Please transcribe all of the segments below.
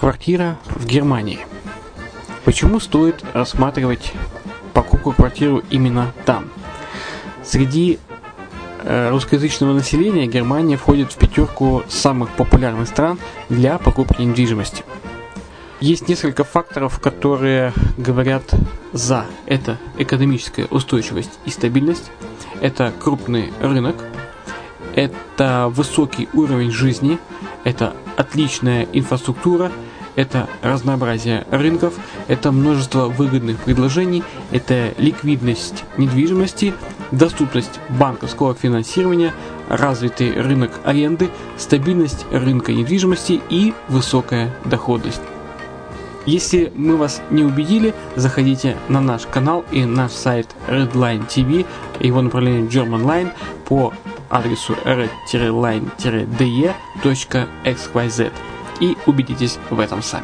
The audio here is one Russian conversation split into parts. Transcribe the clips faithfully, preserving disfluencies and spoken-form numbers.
Квартира в Германии. Почему стоит рассматривать покупку квартиры именно там? Среди э, русскоязычного населения Германия входит в пятерку самых популярных стран для покупки недвижимости. Есть несколько факторов, которые говорят за. Это экономическая устойчивость и стабильность, это крупный рынок, это высокий уровень жизни, это отличная инфраструктура, это разнообразие рынков, это множество выгодных предложений, это ликвидность недвижимости, доступность банковского финансирования, развитый рынок аренды, стабильность рынка недвижимости и высокая доходность. Если мы вас не убедили, заходите на наш канал и наш сайт Redline ти ви, его направление Germanline по адресу red line d e точка x y z и убедитесь в этом сами.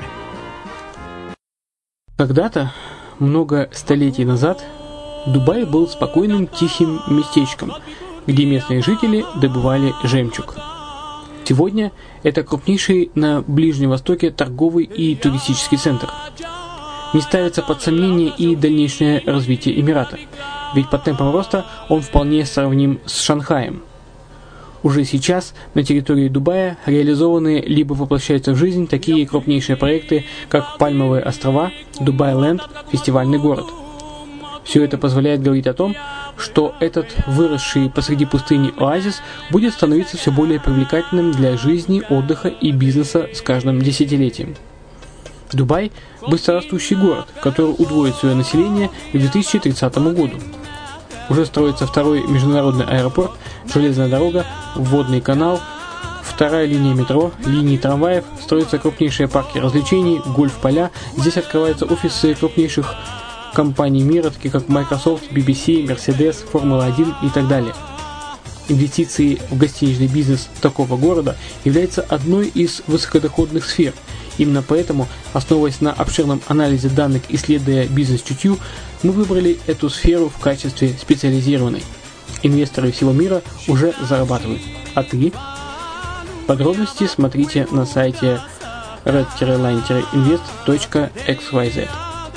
Когда-то, много столетий назад, Дубай был спокойным тихим местечком, где местные жители добывали жемчуг. Сегодня это крупнейший на Ближнем Востоке торговый и туристический центр. Не ставится под сомнение и дальнейшее развитие Эмирата, ведь по темпам роста он вполне сравним с Шанхаем. Уже сейчас на территории Дубая реализованы либо воплощаются в жизнь такие крупнейшие проекты, как Пальмовые острова, Дубай-Ленд, фестивальный город. Все это позволяет говорить о том, что этот выросший посреди пустыни оазис будет становиться все более привлекательным для жизни, отдыха и бизнеса с каждым десятилетием. Дубай – быстрорастущий город, который удвоит свое население к две тысячи тридцатому году. Уже строится второй международный аэропорт, железная дорога, водный канал, вторая линия метро, линии трамваев, строятся крупнейшие парки развлечений, гольф-поля. Здесь открываются офисы крупнейших компаний мира, таких как Microsoft, би би си, Mercedes, Формула один и так далее. Инвестиции в гостиничный бизнес такого города являются одной из высокодоходных сфер. Именно поэтому, основываясь на обширном анализе данных, исследуя бизнес-чутью, мы выбрали эту сферу в качестве специализированной. Инвесторы всего мира уже зарабатывают. А ты? Подробности смотрите на сайте red line invest точка x y z.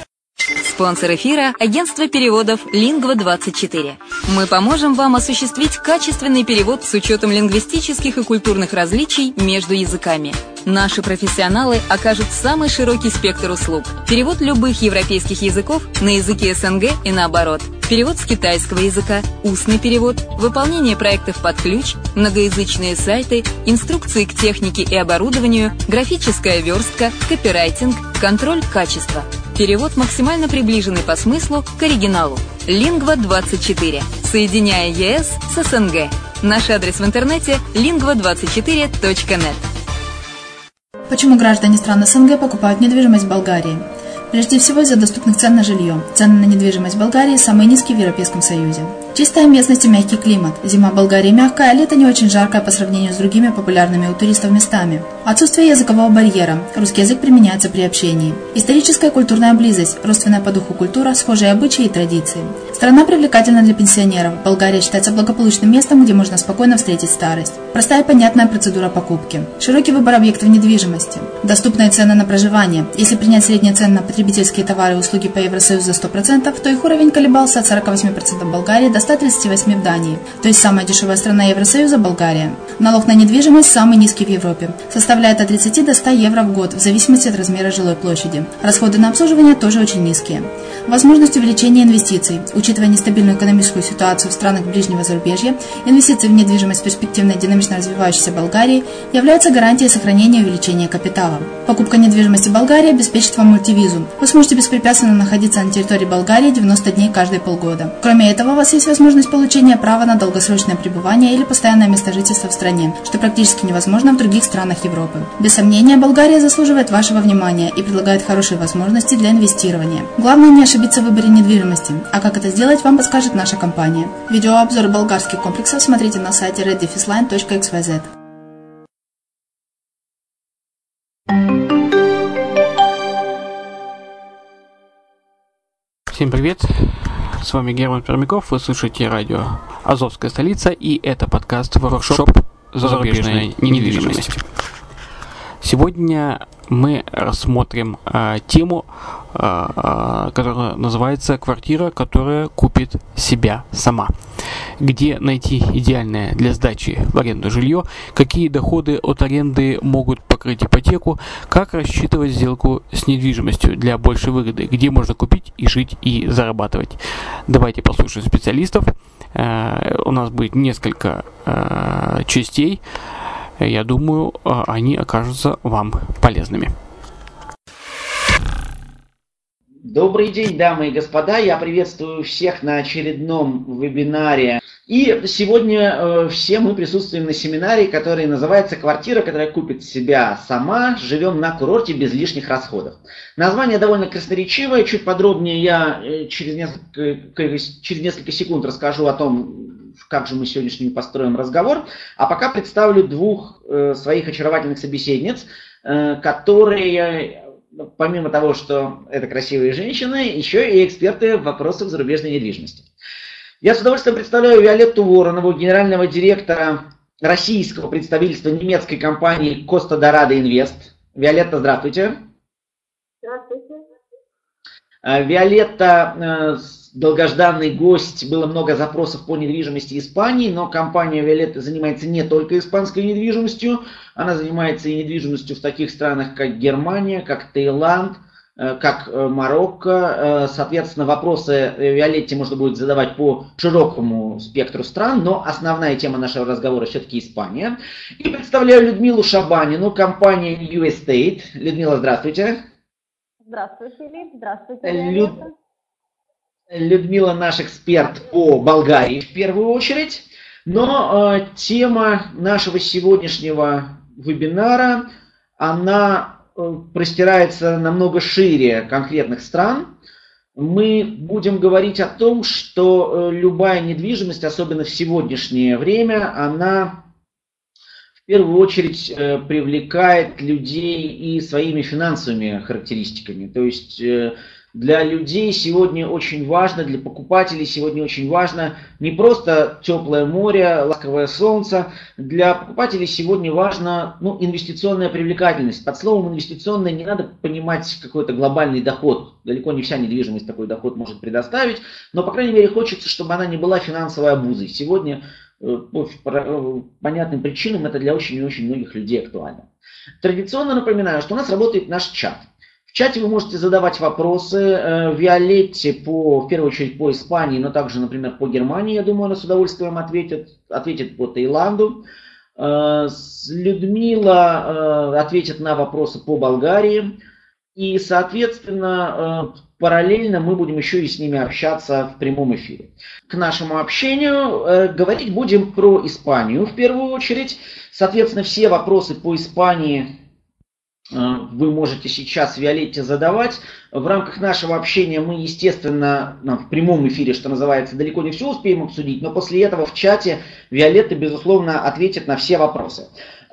Спонсор эфира – агентство переводов лингва двадцать четыре. Мы поможем вам осуществить качественный перевод с учетом лингвистических и культурных различий между языками. Наши профессионалы окажут самый широкий спектр услуг. Перевод любых европейских языков на языки эс эн гэ и наоборот. Перевод с китайского языка, устный перевод, выполнение проектов под ключ, многоязычные сайты, инструкции к технике и оборудованию, графическая верстка, копирайтинг, контроль качества. Перевод максимально приближенный по смыслу к оригиналу. лингва двадцать четыре. Соединяя е эс с эс эн гэ. Наш адрес в интернете лингва двадцать четыре точка нет. Почему граждане стран эс эн гэ покупают недвижимость в Болгарии? Прежде всего из-за доступных цен на жилье. Цены на недвижимость в Болгарии самые низкие в Европейском Союзе. Чистая местность и мягкий климат. Зима в Болгарии мягкая, а лето не очень жаркое по сравнению с другими популярными у туристов местами. Отсутствие языкового барьера. Русский язык применяется при общении. Историческая и культурная близость. Родственная по духу культура, схожие обычаи и традиции. Страна привлекательна для пенсионеров. Болгария считается благополучным местом, где можно спокойно встретить старость. Простая и понятная процедура покупки. Широкий выбор объектов недвижимости. Доступные цены на проживание. Если принять средние цены на потребительские товары и услуги по Евросоюзу за сто процентов, то их уровень колебался от сорок восемь процентов в Болгарии до ста тридцати восьми процентов в Дании. То есть самая дешевая страна Евросоюза – Болгария. Налог на недвижимость самый низкий в Европе. Составляет от тридцати до ста евро в год, в зависимости от размера жилой площади. Расходы на обслуживание тоже очень низкие. Возможность увеличения инвестиций. Учитывая нестабильную экономическую ситуацию в странах ближнего зарубежья, инвестиции в недвижимость в перспективной динамично развивающейся Болгарии являются гарантией сохранения и увеличения капитала. Покупка недвижимости в Болгарии обеспечит вам мультивизу. Вы сможете беспрепятственно находиться на территории Болгарии девяносто дней каждые полгода. Кроме этого, у вас есть возможность получения права на долгосрочное пребывание или постоянное место жительства в стране, что практически невозможно в других странах Европы. Без сомнения, Болгария заслуживает вашего внимания и предлагает хорошие возможности для инвестирования. Главное не ошибиться в выборе недвижимости, а как это сделать, вам подскажет наша компания. Видеообзор болгарских комплексов смотрите на сайте red line точка x y z. Всем привет! С вами Герман Пермяков, вы слушаете радио «Азовская столица» и это подкаст «Воркшоп зарубежной недвижимости». Сегодня мы рассмотрим э, тему, э, которая называется «Квартира, которая купит себя сама». Где найти идеальное для сдачи в аренду жилье, какие доходы от аренды могут покрыть ипотеку, как рассчитывать сделку с недвижимостью для большей выгоды, где можно купить и жить и зарабатывать. Давайте послушаем специалистов. Э, у нас будет несколько э, частей. Я думаю, они окажутся вам полезными. Добрый день, дамы и господа. Я приветствую всех на очередном вебинаре. И сегодня э, все мы присутствуем на семинаре, который называется «Квартира, которая купит себя сама. Живем на курорте без лишних расходов». Название довольно красноречивое. Чуть подробнее я э, через, несколько, через несколько секунд расскажу о том, как же мы сегодняшний построим разговор. А пока представлю двух э, своих очаровательных собеседниц, э, которые, помимо того, что это красивые женщины, еще и эксперты в вопросах зарубежной недвижимости. Я с удовольствием представляю Виолетту Воронову, генерального директора российского представительства немецкой компании Коста Дорадо Инвест. Виолетта, здравствуйте. Здравствуйте. Виолетта, долгожданный гость, было много запросов по недвижимости Испании, но компания Виолетта занимается не только испанской недвижимостью, она занимается и недвижимостью в таких странах, как Германия, как Таиланд, как Марокко. Соответственно, вопросы Виолетте можно будет задавать по широкому спектру стран, но основная тема нашего разговора все-таки Испания. И представляю Людмилу Шабанину, компания New Estate. Людмила, здравствуйте. Здравствуйте, Филипп. Здравствуйте, Люд... Людмила наш эксперт по Болгарии в первую очередь. Но э, тема нашего сегодняшнего вебинара, она простирается намного шире конкретных стран. Мы будем говорить о том, что любая недвижимость, особенно в сегодняшнее время, она в первую очередь привлекает людей и своими финансовыми характеристиками. То есть для людей сегодня очень важно, для покупателей сегодня очень важно не просто теплое море, ласковое солнце. Для покупателей сегодня важна ну, инвестиционная привлекательность. Под словом инвестиционная не надо понимать какой-то глобальный доход. Далеко не вся недвижимость такой доход может предоставить. Но, по крайней мере, хочется, чтобы она не была финансовой обузой. Сегодня по понятным причинам это для очень и очень многих людей актуально. Традиционно напоминаю, что у нас работает наш чат. В чате вы можете задавать вопросы э, Виолетте, по, в первую очередь по Испании, но также, например, по Германии, я думаю, она с удовольствием ответит, ответит по Таиланду. Э, Людмила э, ответит на вопросы по Болгарии. И, соответственно, э, параллельно мы будем еще и с ними общаться в прямом эфире. К нашему общению э, говорить будем про Испанию в первую очередь. Соответственно, все вопросы по Испании вы можете сейчас Виолетте задавать. В рамках нашего общения мы, естественно, в прямом эфире, что называется, далеко не все успеем обсудить, но после этого в чате Виолетта, безусловно, ответит на все вопросы.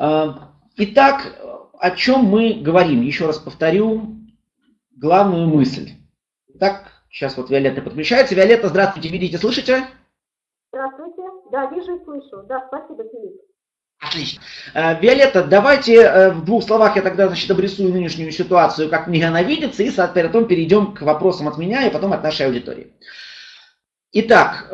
Итак, о чем мы говорим? Еще раз повторю главную мысль. Итак, сейчас вот Виолетта подключается. Виолетта, здравствуйте, видите, слышите? Здравствуйте. Да, вижу и слышу. Да, спасибо, Филипп. Отлично. Виолетта, давайте в двух словах я тогда значит, обрисую нынешнюю ситуацию, как мне она видится, и потом перейдем к вопросам от меня и потом от нашей аудитории. Итак,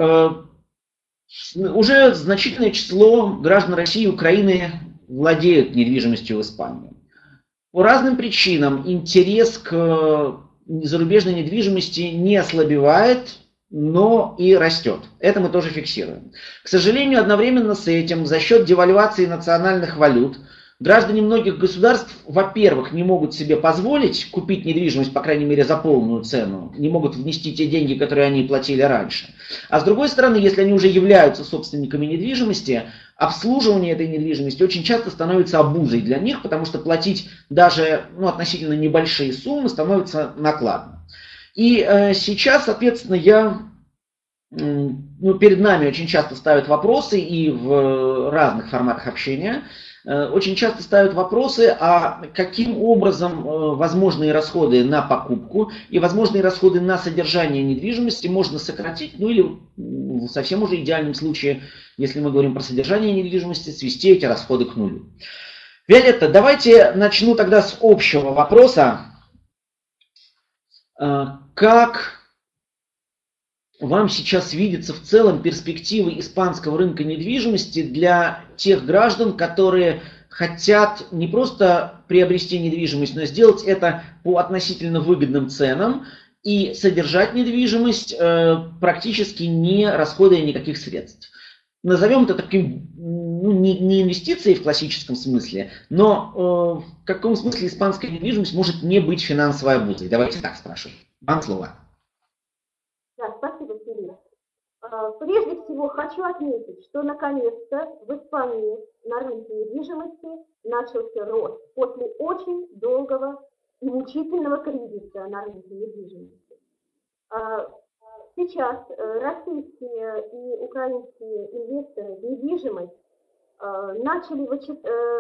уже значительное число граждан России и Украины владеют недвижимостью в Испании. По разным причинам интерес к зарубежной недвижимости не ослабевает, но и растет. Это мы тоже фиксируем. К сожалению, одновременно с этим, за счет девальвации национальных валют, граждане многих государств, во-первых, не могут себе позволить купить недвижимость, по крайней мере, за полную цену, не могут внести те деньги, которые они платили раньше. А с другой стороны, если они уже являются собственниками недвижимости, обслуживание этой недвижимости очень часто становится обузой для них, потому что платить даже ну, относительно небольшие суммы становится накладно. И э, сейчас, соответственно, я, э, ну, перед нами очень часто ставят вопросы и в разных форматах общения. Э, очень часто ставят вопросы, а каким образом э, возможные расходы на покупку и возможные расходы на содержание недвижимости можно сократить, ну или в совсем уже идеальном случае, если мы говорим про содержание недвижимости, свести эти расходы к нулю. Виолетта, давайте начну тогда с общего вопроса. Как вам сейчас видится в целом перспективы испанского рынка недвижимости для тех граждан, которые хотят не просто приобрести недвижимость, но сделать это по относительно выгодным ценам и содержать недвижимость, практически не расходуя никаких средств? Назовем это таким, ну, не, не инвестицией в классическом смысле, но э, в каком смысле испанская недвижимость может не быть финансовой обузой? Давайте так спрашиваем. Вам слово. Да, спасибо, Филипп. Прежде всего хочу отметить, что наконец-то в Испании на рынке недвижимости начался рост после очень долгого и мучительного кризиса на рынке недвижимости. Сейчас российские и украинские инвесторы в недвижимость начали вычит...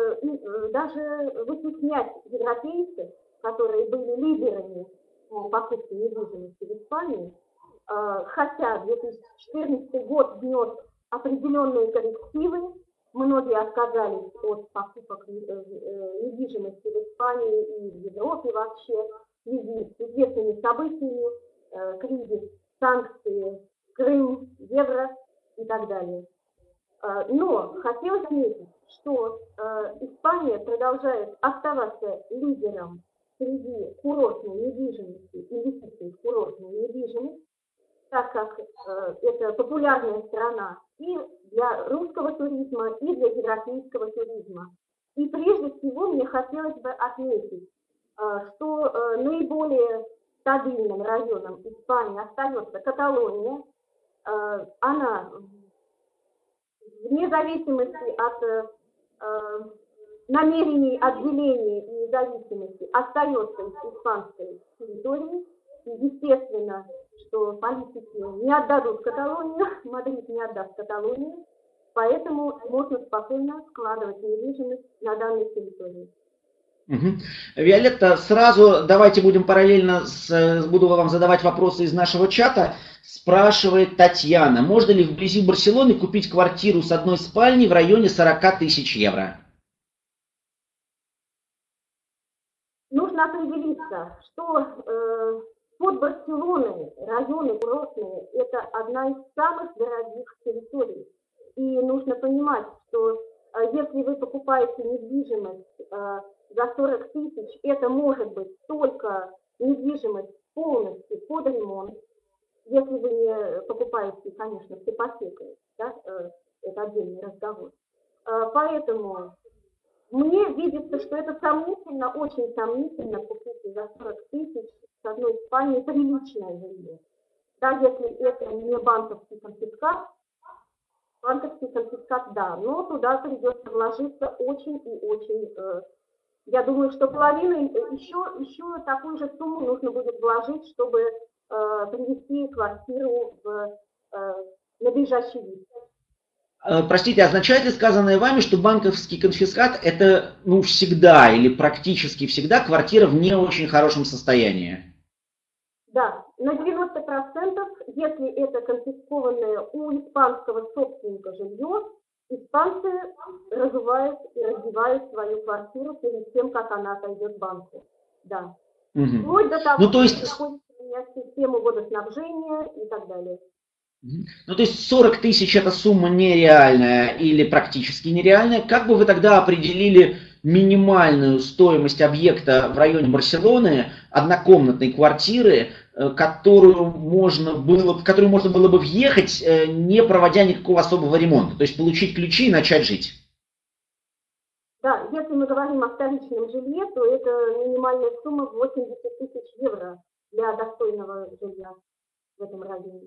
даже вытеснять европейцев, которые были лидерами по покупке недвижимости в Испании, хотя две тысячи четырнадцатый год внес определенные коррективы, многие отказались от покупок недвижимости в Испании и в Европе вообще, в связи с известными событиями, кризис, санкции, Крым, евро и так далее. Но хотелось отметить, что Испания продолжает оставаться лидером среди курортной недвижимости, инвестиций в курортную недвижимость, так как это популярная страна и для русского туризма, и для европейского туризма. И прежде всего мне хотелось бы отметить, что наиболее стабильным районом Испании остается Каталония. Она, вне зависимости от намерений отделения и независимости, остается испанской территорией. И естественно, что политики не отдадут Каталонию, Мадрид не отдаст Каталонию, поэтому можно спокойно складывать недвижимость на данной территории. Угу. Виолетта, сразу давайте будем параллельно, с, буду вам задавать вопросы из нашего чата. Спрашивает Татьяна, можно ли вблизи Барселоны купить квартиру с одной спальней в районе сорок тысяч евро? Нужно определиться, что э, под Барселоной районы курортные – это одна из самых дорогих территорий. И нужно понимать, что э, если вы покупаете недвижимость э, за сорок тысяч, это может быть только недвижимость полностью под ремонт, если вы не покупаете, конечно, с ипотекой, да, э, это отдельный разговор. Э, поэтому мне видится, что это сомнительно, очень сомнительно купить за сорок тысяч с одной спальни приличное жилье. Да, если это не банковский конфискат, банковский конфискат, да, но туда придется вложиться очень и очень. Э, я думаю, что половину, еще, еще такую же сумму нужно будет вложить, чтобы э, привести квартиру в э, надлежащий вид. Простите, означает ли сказанное вами, что банковский конфискат это, ну, всегда или практически всегда квартира в не очень хорошем состоянии? Да, на девяносто процентов, если это конфискованное у испанского собственника жилье, испанцы разувают и раздевают свою квартиру перед тем, как она отойдет банку. Да. Угу. Вплоть до того, ну, то есть... что приходится менять систему водоснабжения и так далее. Ну, то есть сорок тысяч это сумма нереальная или практически нереальная. Как бы вы тогда определили минимальную стоимость объекта в районе Барселоны, однокомнатной квартиры, которую можно было, в которую можно было бы въехать, не проводя никакого особого ремонта? То есть получить ключи и начать жить? Да, если мы говорим о вторичном жилье, то это минимальная сумма восемьдесят тысяч евро для достойного жилья в этом районе.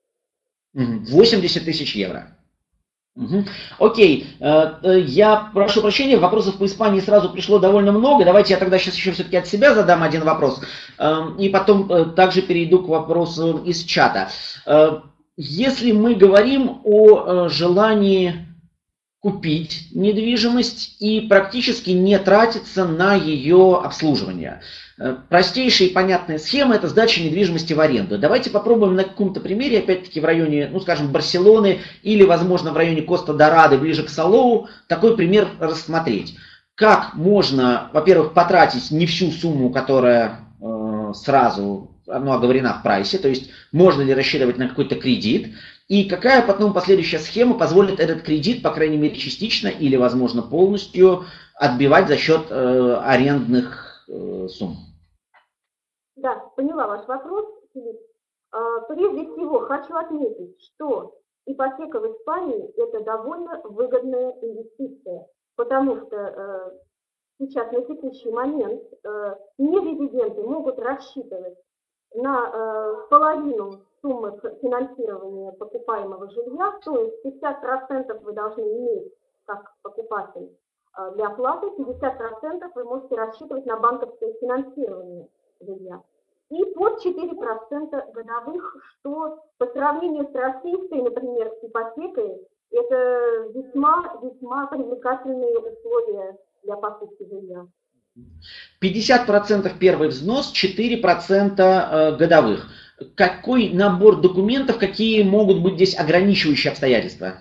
восемьдесят тысяч евро. Угу. Окей, я прошу прощения, вопросов по Испании сразу пришло довольно много. Давайте я тогда сейчас еще все-таки от себя задам один вопрос. И потом также перейду к вопросу из чата. Если мы говорим о желании купить недвижимость и практически не тратиться на ее обслуживание. Простейшая и понятная схема – это сдача недвижимости в аренду. Давайте попробуем на каком-то примере, опять-таки в районе, ну скажем, Барселоны или, возможно, в районе Коста-Дорадо, ближе к Салоу, такой пример рассмотреть. как можно, во-первых, потратить не всю сумму, которая э, сразу ну, оговорена в прайсе, то есть можно ли рассчитывать на какой-то кредит, и какая потом последующая схема позволит этот кредит, по крайней мере, частично или, возможно, полностью отбивать за счет э, арендных э, сумм. Да, поняла ваш вопрос, Филипп. А, прежде всего, хочу отметить, что ипотека в Испании – это довольно выгодная инвестиция, потому что э, сейчас на текущий момент э, нерезиденты могут рассчитывать на э, половину суммы финансирования покупаемого жилья, то есть пятьдесят процентов вы должны иметь как покупатель э, для оплаты, пятьдесят процентов вы можете рассчитывать на банковское финансирование жилья. И под четыре процента годовых, что по сравнению с российской, например, ипотекой, это весьма-весьма привлекательные условия для покупки жилья. пятьдесят процентов первый взнос, четыре процента годовых. Какой набор документов, какие могут быть здесь ограничивающие обстоятельства?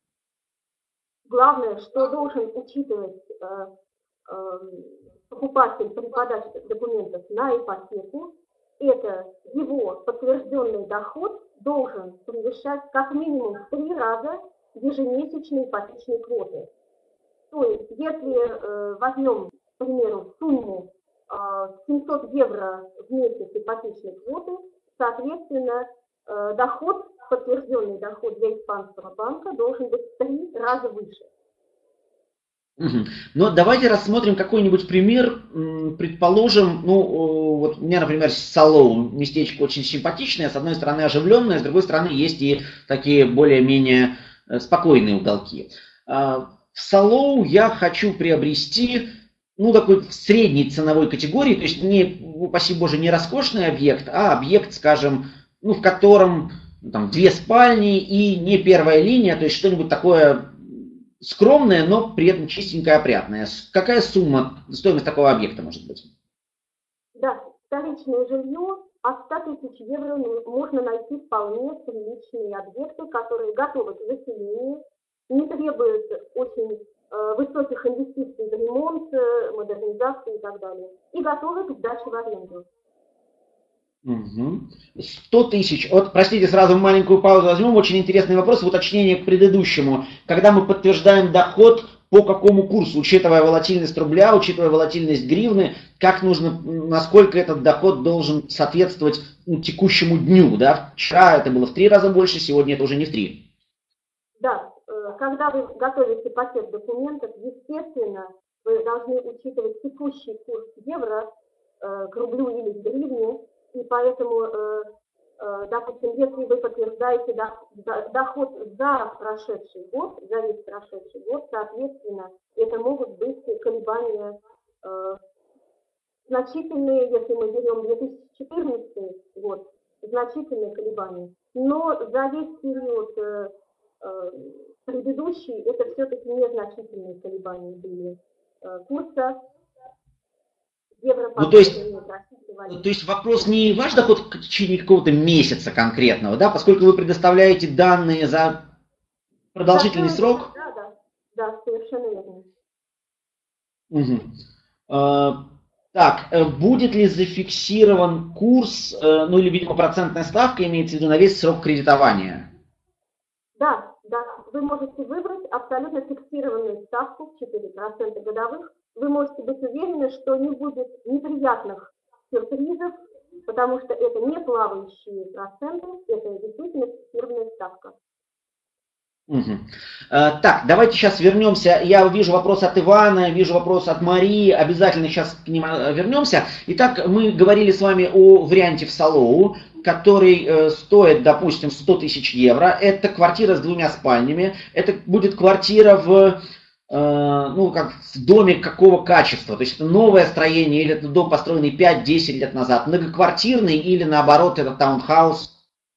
Главное, что должен учитывать э, э, покупатель при подаче документов на ипотеку, это его подтвержденный доход должен превышать как минимум в три раза ежемесячные ипотечные квоты. То есть, если э, возьмем, к примеру, сумму э, семьсот евро в месяц ипотечной квоты, соответственно, э, доход, подтвержденный доход для испанского банка должен быть в три раза выше. Угу. Но давайте рассмотрим какой-нибудь пример. Предположим, ну, вот у меня, например, Салоу, местечко очень симпатичное, с одной стороны оживленное, с другой стороны есть и такие более-менее спокойные уголки. В Салоу я хочу приобрести, ну, такой средней ценовой категории, то есть не, упаси боже, не роскошный объект, а объект, скажем, ну, в котором там две спальни и не первая линия, то есть что-нибудь такое скромная, но при этом чистенькая, опрятная. Какая сумма, стоимость такого объекта может быть? Да, вторичное жилье от ста тысяч евро можно найти вполне приличные объекты, которые готовы к заселению, не требуют очень э, высоких инвестиций в ремонт, модернизацию и так далее, и готовы к сдаче в аренду. Угу. сто тысяч. Вот, простите, сразу маленькую паузу возьмем. Очень интересный вопрос в уточнение к предыдущему. Когда мы подтверждаем доход, по какому курсу, учитывая волатильность рубля, учитывая волатильность гривны, как нужно, насколько этот доход должен соответствовать ну, текущему дню, да? Вчера это было в три раза больше, сегодня это уже не в три. Да, когда вы готовите пакет документов, естественно, вы должны учитывать текущий курс евро к рублю или к гривне. И поэтому, э, э, допустим, если вы подтверждаете доход за прошедший год, за весь прошедший год, соответственно, это могут быть колебания э, значительные, если мы берем две тысячи четырнадцатый год, значительные колебания. Но за весь период э, э, предыдущий это все-таки незначительные колебания были э, курса. Ну, то есть, то есть вопрос не ваш доход в течение какого-то месяца конкретного, да, поскольку вы предоставляете данные за продолжительный да, срок? Да, да, да, совершенно верно. Угу. А, так, будет ли зафиксирован курс, ну или, видимо, процентная ставка, имеется в виду, на весь срок кредитования? Да, да, вы можете выбрать абсолютно фиксированную ставку в четыре процента годовых. Вы можете быть уверены, что не будет неприятных сюрпризов, потому что это не плавающие проценты, это действительно фиксированная ставка. Угу. А, так, давайте сейчас вернемся. Я вижу вопрос от Ивана, вижу вопрос от Марии. Обязательно сейчас к ним вернемся. Итак, мы говорили с вами о варианте в Салоу, который э, стоит, допустим, сто тысяч евро. Это квартира с двумя спальнями. Это будет квартира в... ну, как в доме какого качества, то есть это новое строение или это дом, построенный пять-десять лет назад, многоквартирный или наоборот это таунхаус?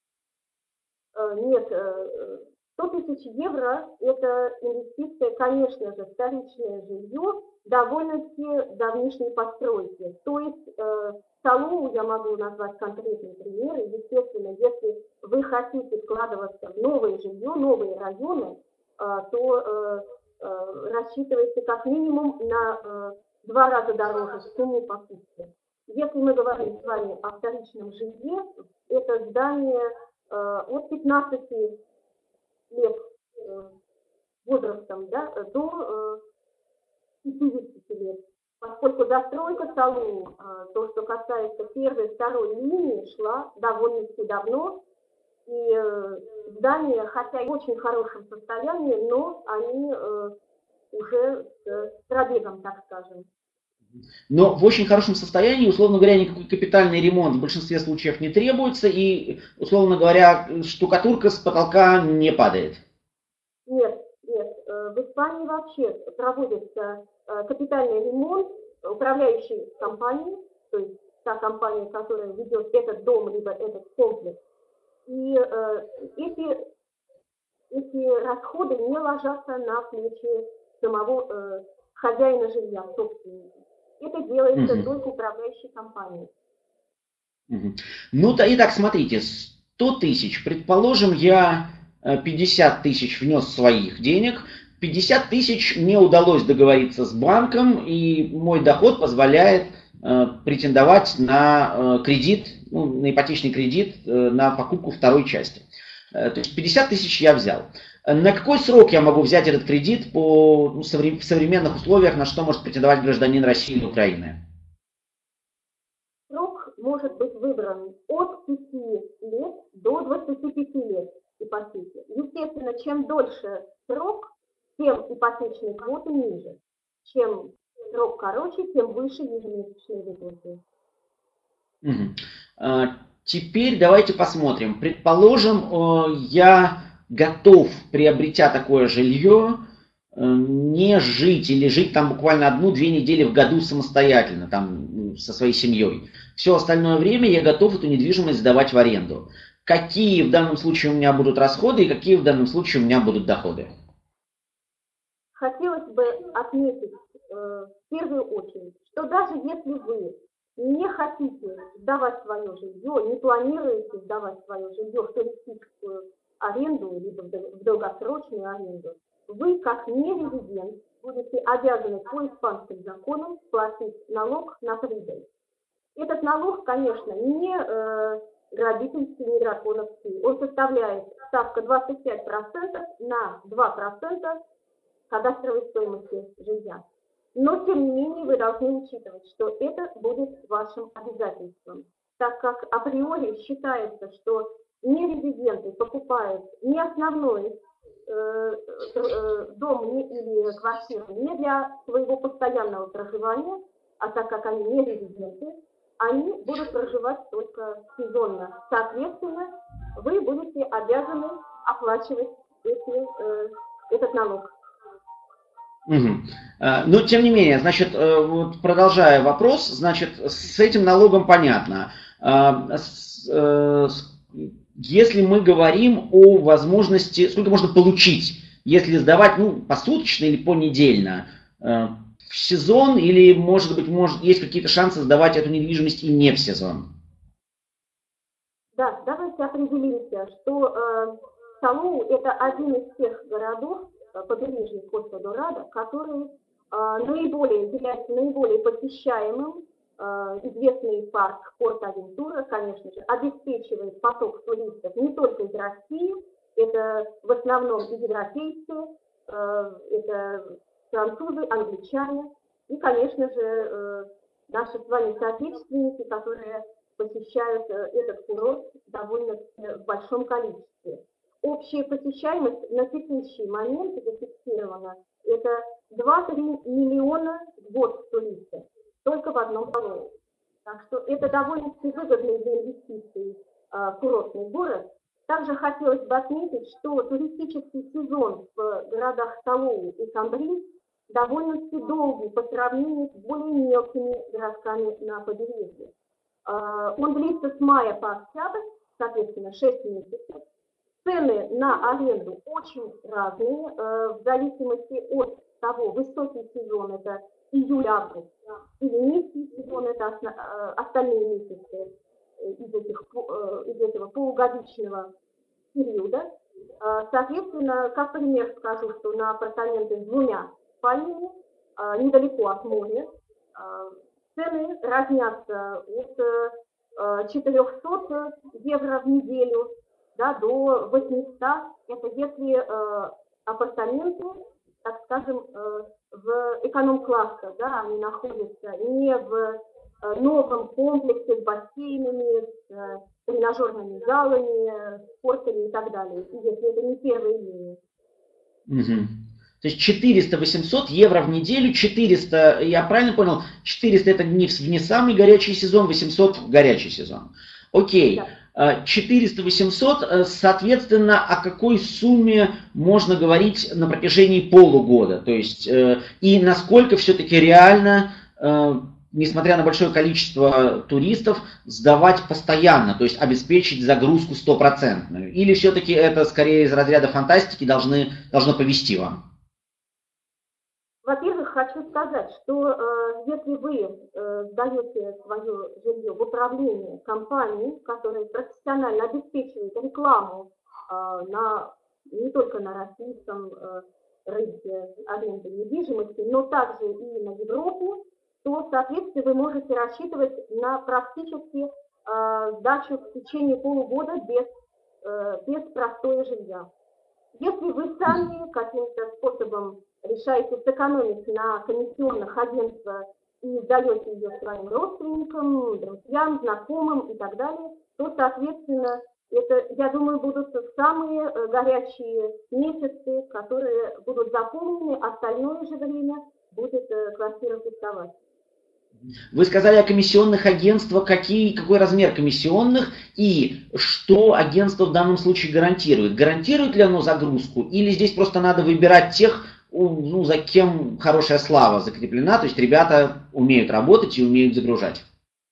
Нет, сто тысяч евро это инвестиция, конечно же, вторичное жилье довольно-таки давнишней постройки. То есть э, Салоу я могу назвать конкретные примеры. Естественно, если вы хотите вкладываться в новое жилье, новые районы, э, то э, рассчитывается как минимум на два раза дороже сумму покупки. Если мы говорим с вами о вторичном жилье, это здание от пятнадцати лет возрастом, да, до пятидесяти лет. Поскольку застройка Салу, то, что касается первой, второй линии, шла довольно-таки давно, и здания, хотя и в очень хорошем состоянии, но они уже с пробегом, так скажем. Но в очень хорошем состоянии, условно говоря, никакой капитальный ремонт в большинстве случаев не требуется, и, условно говоря, штукатурка с потолка не падает. Нет, нет. В Испании вообще проводится капитальный ремонт управляющей компанией, то есть та компания, которая ведет этот дом, либо этот комплекс. И э, эти, эти расходы не ложатся на плечи самого э, хозяина жилья, собственника. Это делается угу. только управляющей компанией. Угу. Ну, да, итак, смотрите, сто тысяч, предположим, я пятьдесят тысяч внес своих денег, пятьдесят тысяч мне удалось договориться с банком, и мой доход позволяет э, претендовать на э, кредит, ну, на ипотечный кредит э, на покупку второй части. Э, то есть пятьдесят тысяч я взял. На какой срок я могу взять этот кредит по ну, совре- в современных условиях, на что может претендовать гражданин России или Украины? Срок может быть выбран от пяти лет до двадцати пяти лет ипотеки. Естественно, чем дольше срок, тем ипотечные квоты ниже. Чем срок короче, тем выше ежемесячные выплаты. Угу. А, теперь давайте посмотрим. Предположим, я готов, приобретя такое жилье, не жить или жить там буквально одну-две недели в году самостоятельно, там, со своей семьей. Все остальное время я готов эту недвижимость сдавать в аренду. Какие в данном случае у меня будут расходы и какие в данном случае у меня будут доходы? Хотелось бы отметить э, в первую очередь, что даже если вы не хотите сдавать свое жилье, не планируете сдавать свое жилье в туристическую аренду, либо в долгосрочную аренду, вы, как нерезидент, будете обязаны по испанским законам платить налог на прибыль. Этот налог, конечно, не э, грабительский, не драконовский. Он составляет ставка двадцать пять процентов на два процента кадастровой стоимости жилья. Но, тем не менее, вы должны учитывать, что это будет вашим обязательством, так как априори считается, что нерезиденты покупают не основной э, э, дом не, или квартиру не для своего постоянного проживания, а так как они не резиденты, они будут проживать только сезонно. Соответственно, вы будете обязаны оплачивать эти, э, этот налог. Угу. Но тем не менее, значит, вот продолжая вопрос, значит, с этим налогом понятно. Если мы говорим о возможности, сколько можно получить, если сдавать, ну, посуточно или понедельно, в сезон, или, может быть, может, есть какие-то шансы сдавать эту недвижимость и не в сезон? Да, давайте определимся, что э, Салу – это один из тех городов, побережье Коста-до-Радо, который э, наиболее является наиболее посещаемым. Э, известный парк Порт-Авентура, конечно же, обеспечивает поток туристов не только из России, это в основном и европейцы, э, это французы, англичане и, конечно же, э, наши с вами соотечественники, которые посещают э, этот курорт довольно в большом количестве. Общая посещаемость на текущий момент зафиксирована, это два-три миллиона в год туристов, только в одном салоне. Так что это довольно-таки выгодный для инвестиций э, курортный город. Также хотелось бы отметить, что туристический сезон в городах Салоу и Камбри довольно-таки долгий по сравнению с более мелкими городками на побережье. Э, он длится с мая по октябрь, соответственно, шесть месяцев. Цены на аренду очень разные, э, в зависимости от того, высокий сезон это июль-август, или низкий сезон это основ, э, остальные месяцы из, этих, э, из этого полугодичного периода. Соответственно, как пример скажу, что на апартаменты с двумя спальнями, недалеко от моря, цены разнятся от четырехсот евро в неделю, да, до восьмисот. Это если апартаменты, так скажем, в эконом-классе, да, они находятся не в новом комплексе с бассейнами, с тренажерными залами, спортами и так далее, если это не первые линии. Угу. То есть четыреста-восемьсот евро в неделю, четыреста, я правильно понял, четыреста это не в не самый горячий сезон, восемьсот в горячий сезон. Окей, да. четыреста-восемьсот, соответственно, о какой сумме можно говорить на протяжении полугода? То есть, и насколько все-таки реально, несмотря на большое количество туристов, сдавать постоянно, то есть обеспечить загрузку стопроцентную? Или все-таки это скорее из разряда фантастики должны, должно повести вам? Во-первых, хочу сказать, что э, если вы э, сдаете свое жилье в управление компанией, которая профессионально обеспечивает рекламу э, на, не только на российском э, рынке аренды недвижимости, но также и на Европу, то, соответственно, вы можете рассчитывать на практически э, сдачу в течение полугода без, э, без простоя жилья. Если вы сами каким-то способом решаете сэкономить на комиссионных агентствах и сдаете ее своим родственникам, друзьям, знакомым и так далее, то, соответственно, это, я думаю, будут самые горячие месяцы, которые будут заполнены, остальное же время будет квартира пустовать. Вы сказали о комиссионных агентствах. Какие, какой размер комиссионных и что агентство в данном случае гарантирует? Гарантирует ли оно загрузку или здесь просто надо выбирать тех, ну, за кем хорошая слава закреплена, то есть ребята умеют работать и умеют загружать?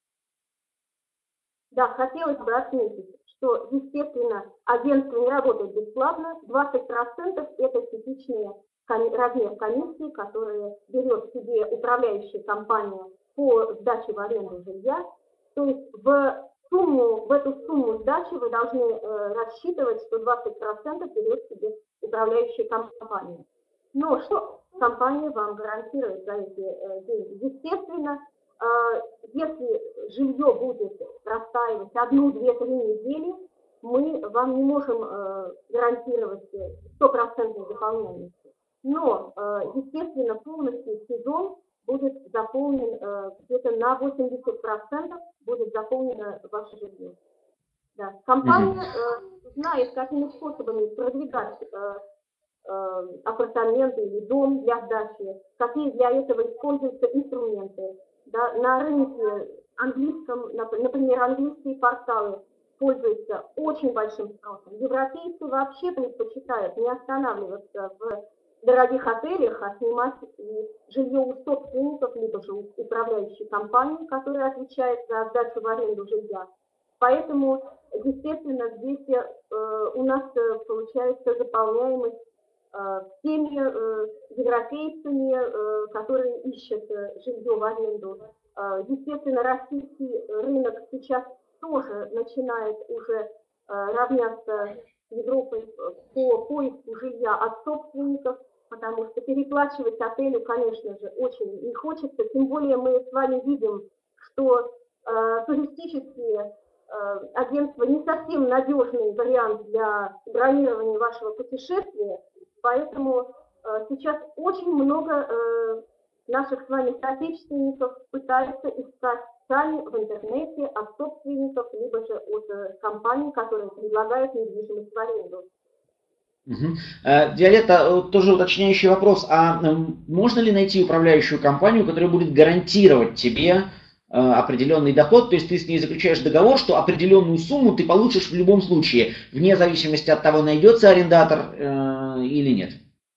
Да, хотелось бы отметить, что, естественно, агентство не работает бесплатно. двадцать процентов это типичный размер комиссии, который берет себе управляющая компания по сдаче в аренду жилья. То есть в сумму, в эту сумму сдачи вы должны э, рассчитывать, что двадцать процентов берет себе управляющая компания. Но что компания вам гарантирует за эти э, деньги? Естественно, э, если жилье будет простаивать одну, две, три недели, мы вам не можем э, гарантировать стопроцентной заполняемости. Но, э, естественно, полностью сезон будет заполнен э, где-то на восемьдесят процентов будет заполнено ваше жилье. Да. Компания э, знает, какими способами продвигать э, э, апартаменты или дом для сдачи, какие для этого используются инструменты. Да. На рынке английском, например, английские порталы пользуются очень большим спросом. Европейцы вообще предпочитают не останавливаться в дорогих отелях, а снимать жилье у собственников, либо же у управляющей компании, которая отвечает за сдачу в аренду жилья. Поэтому, естественно, здесь э, у нас э, получается заполняемость э, теми э, европейцами, э, которые ищут э, жилье в аренду. Э, естественно, российский рынок сейчас тоже начинает уже э, равняться с Европой по поиску жилья от собственников, потому что переплачивать отелю, конечно же, очень не хочется. Тем более мы с вами видим, что э, туристические э, агентства не совсем надежный вариант для бронирования вашего путешествия. Поэтому э, сейчас очень много э, наших с вами соотечественников пытаются искать сами в интернете от собственников, либо же от э, компаний, которые предлагают недвижимость в аренду. Угу. Виолетта, тоже уточняющий вопрос. А можно ли найти управляющую компанию, которая будет гарантировать тебе определенный доход? То есть ты с ней заключаешь договор, что определенную сумму ты получишь в любом случае, вне зависимости от того, найдется арендатор э, или нет?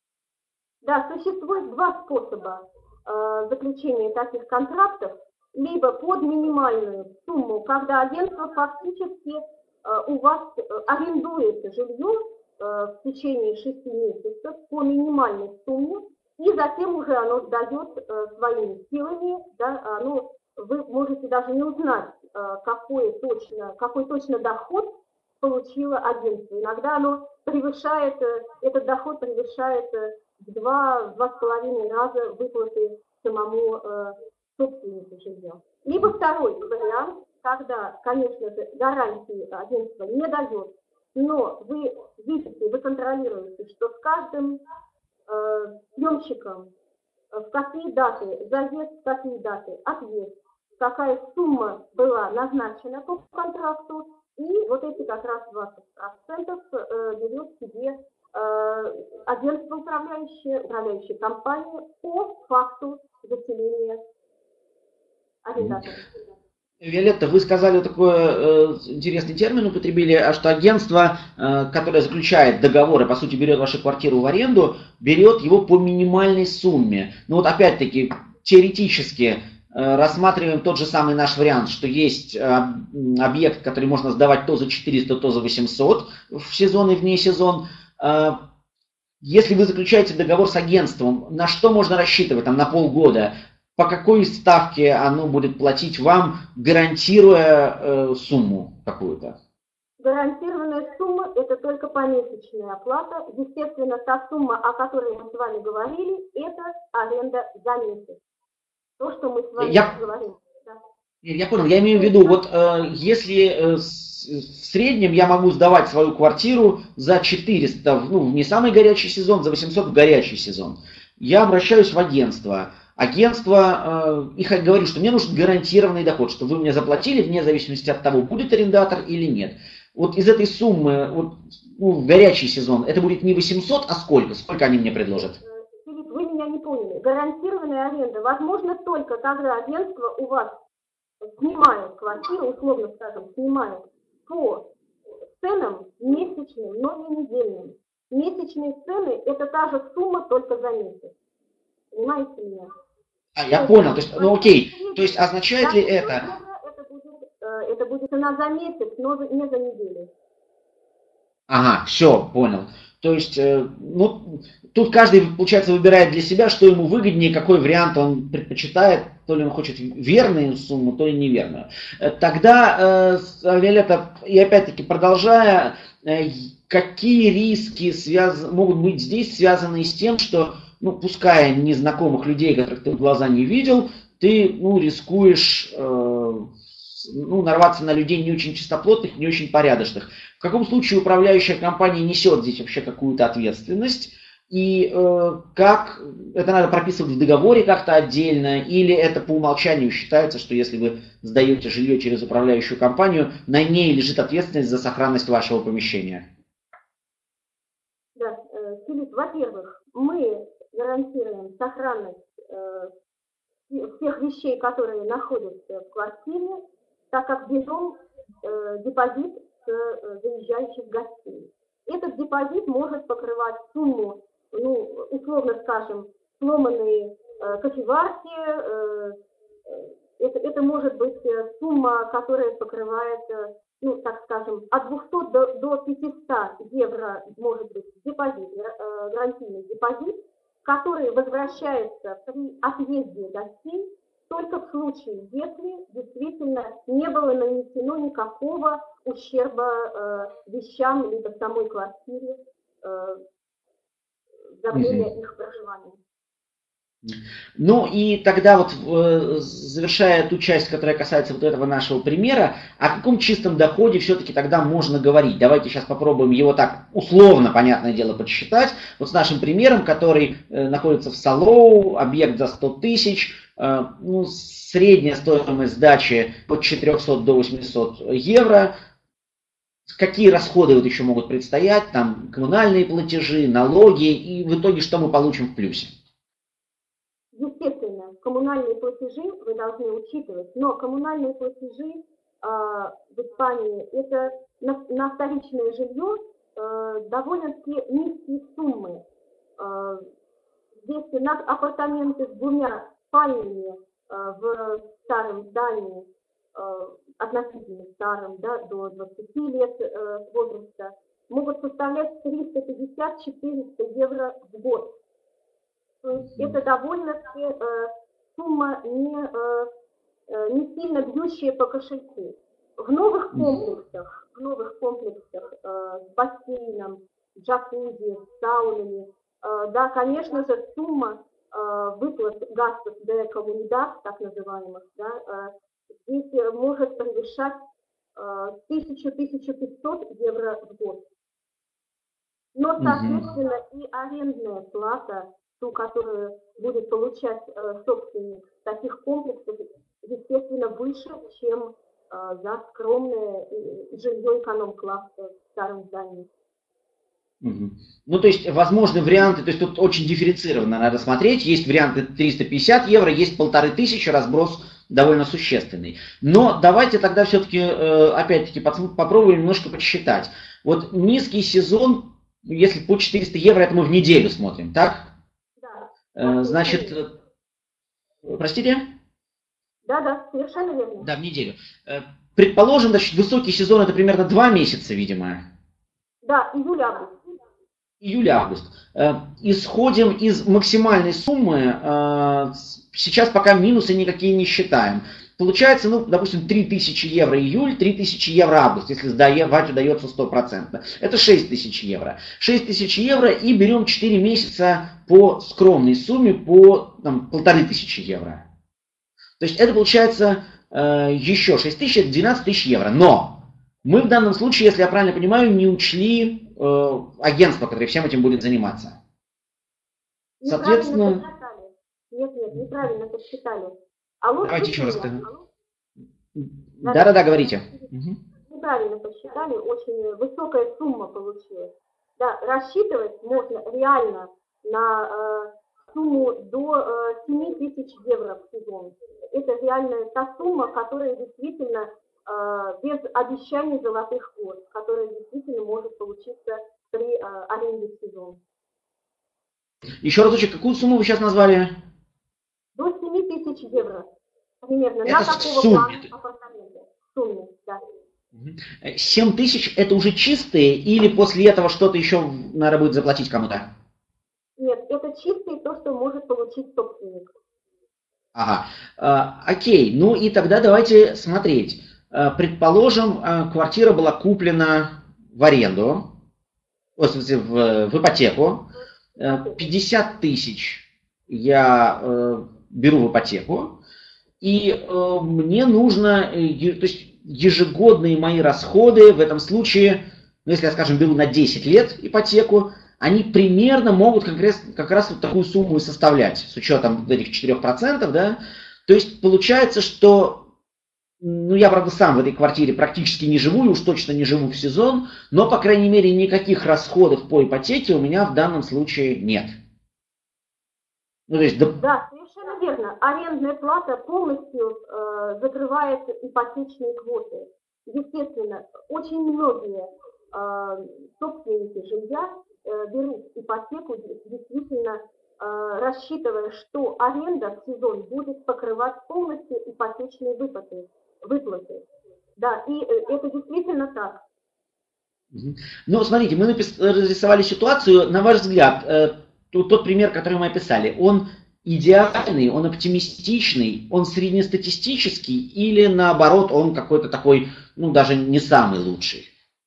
Да, существует два способа э, заключения таких контрактов. Либо под минимальную сумму, когда агентство фактически э, у вас э, арендует жилье в течение шести месяцев по минимальной сумме, и затем уже оно сдает э, своими силами, да, оно, вы можете даже не узнать, э, какой, точно, какой точно доход получило агентство. Иногда оно превышает, этот доход превышает в два-два с половиной раза выплаты самому э, собственнику жилья. Либо второй вариант, когда, конечно же, гарантии агентство не дает, но вы видите, вы контролируете, что с каждым э, съемщиком в какие даты заезд, в какие даты отъезд, какая сумма была назначена по контракту, и вот эти как раз двадцать процентов э, берет себе э, агентство управляющее, управляющая компания по факту заселения арендаторов. Виолетта, вы сказали такой э, интересный термин, употребили, а что агентство, э, которое заключает договор и, по сути, берет вашу квартиру в аренду, берет его по минимальной сумме. Ну вот опять-таки, теоретически э, рассматриваем тот же самый наш вариант, что есть э, объект, который можно сдавать то за четыреста, то за восемьсот в сезон и вне сезон. Э, если вы заключаете договор с агентством, на что можно рассчитывать там, на полгода? По какой ставке оно будет платить вам, гарантируя э, сумму какую-то? Гарантированная сумма – это только помесячная оплата. Естественно, та сумма, о которой мы с вами говорили, это аренда за месяц. То, что мы с вами я, говорим. Да. Я понял, я имею в виду, вот э, если э, с, в среднем я могу сдавать свою квартиру за четыреста, ну, в не самый горячий сезон, за восемьсот в горячий сезон, я обращаюсь в агентство. Агентство, э, их говорю, что мне нужен гарантированный доход, что вы мне заплатили вне зависимости от того, будет арендатор или нет. Вот из этой суммы, вот, ну, в горячий сезон, это будет не восемьсот, а сколько? Сколько они мне предложат? Филипп, вы меня не поняли. Гарантированная аренда возможно только, когда агентство у вас снимает квартиру, условно скажем, снимает по ценам месячным, но не недельным. Месячные цены – это та же сумма, только за месяц. Понимаете меня? А, я понял. То есть, ну окей. То есть означает ли это? Это будет, это будет цена за месяц, но не за неделю. Ага, все, понял. То есть, ну, тут каждый, получается, выбирает для себя, что ему выгоднее, какой вариант он предпочитает, то ли он хочет верную сумму, то ли неверную. Тогда, Виолетта, и опять-таки продолжая, какие риски связ... могут быть здесь связаны с тем, что, ну, пускай незнакомых людей, которых ты в глаза не видел, ты, ну, рискуешь, э, ну, нарваться на людей не очень чистоплотных, не очень порядочных. В каком случае управляющая компания несет здесь вообще какую-то ответственность? И э, как это надо прописывать в договоре как-то отдельно, или это по умолчанию считается, что если вы сдаете жилье через управляющую компанию, на ней лежит ответственность за сохранность вашего помещения? Да, э, Филипп, во-первых, мы гарантируем сохранность э, всех вещей, которые находятся в квартире, так как берем э, депозит с э, заезжающих гостей. Этот депозит может покрывать сумму, ну, условно скажем, сломанные э, кофеварки, э, это, это может быть сумма, которая покрывает, э, ну, так скажем, от двухсот до, до пятисот евро может быть депозит, э, гарантийный депозит, который возвращается при отъезде гостей только в случае, если действительно не было нанесено никакого ущерба э, вещам либо самой квартире э, за время mm-hmm. их проживания. Ну и тогда вот, завершая ту часть, которая касается вот этого нашего примера, о каком чистом доходе все-таки тогда можно говорить? Давайте сейчас попробуем его так условно, понятное дело, подсчитать. Вот с нашим примером, который находится в Салоу, объект за сто тысяч, ну, средняя стоимость сдачи от четырехсот до восьмисот евро. Какие расходы вот еще могут предстоять, там коммунальные платежи, налоги, и в итоге что мы получим в плюсе? Естественно, коммунальные платежи вы должны учитывать, но коммунальные платежи э, в Испании это на, на вторичное жилье э, довольно-таки низкие суммы. Э, здесь на апартаменты с двумя спальнями э, в старом здании, э, относительно старом, да, до двадцати лет э, возраста, могут составлять триста пятьдесят - четыреста евро в год. То есть это довольно-таки э, сумма не, э, не сильно бьющая по кошельку. В новых комплексах, в новых комплексах джакузи, саунами. Да, конечно же, сумма выплат гастов де коммунидад, так называемых, да, здесь может превышать тысячу-тысячу пятьсот евро в год. Но, соответственно, и арендная плата, ту, которую будет получать собственник таких комплексов, естественно, выше, чем за скромное жилье эконом-класса в старом здании. Угу. Ну, то есть, возможны варианты, то есть тут очень дифференцированно надо смотреть. Есть варианты триста пятьдесят евро, есть полторы тысячи, разброс довольно существенный. Но давайте тогда все-таки, опять-таки, попробуем немножко подсчитать. Вот низкий сезон, если по четыреста евро, это мы в неделю смотрим, так? Да. Значит, простите? Да, да, совершенно верно. Да, в неделю. Предположим, значит, высокий сезон это примерно два месяца, видимо. Да, июль-август. Июль-август. Исходим из максимальной суммы, сейчас пока минусы никакие не считаем. Получается, ну, допустим, три тысячи евро июль, три тысячи евро август, если сдавать удается сто процентов. Это шесть тысяч евро. шесть тысяч евро и берем четыре месяца по скромной сумме, по там, полторы тысячи евро. То есть это получается э, еще шесть тысяч, это двенадцать тысяч евро. Но мы в данном случае, если я правильно понимаю, не учли э, агентство, которое всем этим будет заниматься. Соответственно... Нет, нет, неправильно посчитали. Алло, давайте еще раз скажем. Да-да-да, говорите. Неправильно посчитали, очень высокая сумма получилась. Да, рассчитывать можно реально на э, сумму до э, семь тысяч евро в сезон. Это реально та сумма, которая действительно э, без обещаний золотых год, которая действительно может получиться при э, аренде в сезон. Еще разочек, какую сумму вы сейчас назвали? До семь тысяч евро. Примерно. Это на в такого сумме? апартамента. В сумме, да. семь тысяч это уже чистые или после этого что-то еще надо будет заплатить кому-то? Нет, это чистые то, что может получить собственник. Ага. А, окей, ну и тогда давайте смотреть. А, предположим, а, квартира была куплена в аренду, в, смысле, в, в ипотеку. пятьдесят тысяч я э, беру в ипотеку, и э, мне нужно, э, то есть ежегодные мои расходы в этом случае, ну, если я, скажем, беру на десять лет ипотеку, они примерно могут как раз, как раз вот такую сумму и составлять, с учетом этих четырёх процентов, да. То есть получается, что, ну, я, правда, сам в этой квартире практически не живу, и уж точно не живу в сезон, но, по крайней мере, никаких расходов по ипотеке у меня в данном случае нет. Ну, то есть, да... да, совершенно верно. Арендная плата полностью э, закрывает ипотечные квоты. Естественно, очень многие э, собственники жилья э, берут ипотеку, действительно э, рассчитывая, что аренда в сезон будет покрывать полностью ипотечные выплаты. выплаты. Да, и э, это действительно так. Ну, смотрите, мы нарисовали ситуацию, на ваш взгляд, э, тот, тот пример, который мы описали, он идеальный, он оптимистичный, он среднестатистический или наоборот он какой-то такой, ну даже не самый лучший?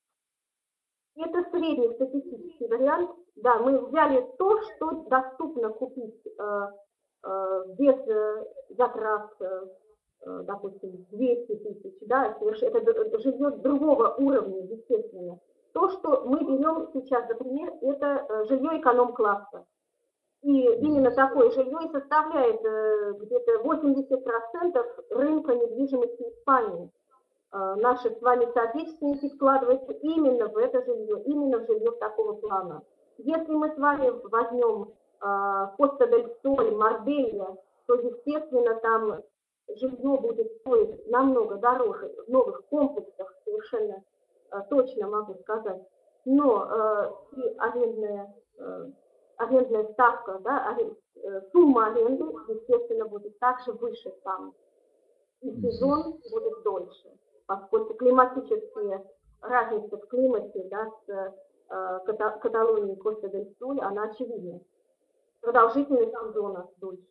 Это среднестатистический вариант. Да, мы взяли то, что доступно купить э, э, без э, затрат, э, допустим, двести тысяч, да, это жилье другого уровня, естественно. То, что мы берем сейчас, например, это жилье эконом-класса. И именно такое жилье и составляет э, где-то восемьдесят процентов рынка недвижимости Испании. Э, наши с вами соотечественники вкладываются именно в это жилье, именно в жилье такого плана. Если мы с вами возьмем э, Коста-дель-Соль, Марбелья, то, естественно, там жилье будет стоить намного дороже, в новых комплексах, совершенно э, точно могу сказать. Но э, и арендная... Э, арендная ставка, да, аренд, сумма аренды, естественно, будет также выше там. И сезон будет дольше, поскольку климатические разницы в климате, да, с э, Каталонией и Коста-дель-Соль, она очевидна. Продолжительность сезона дольше.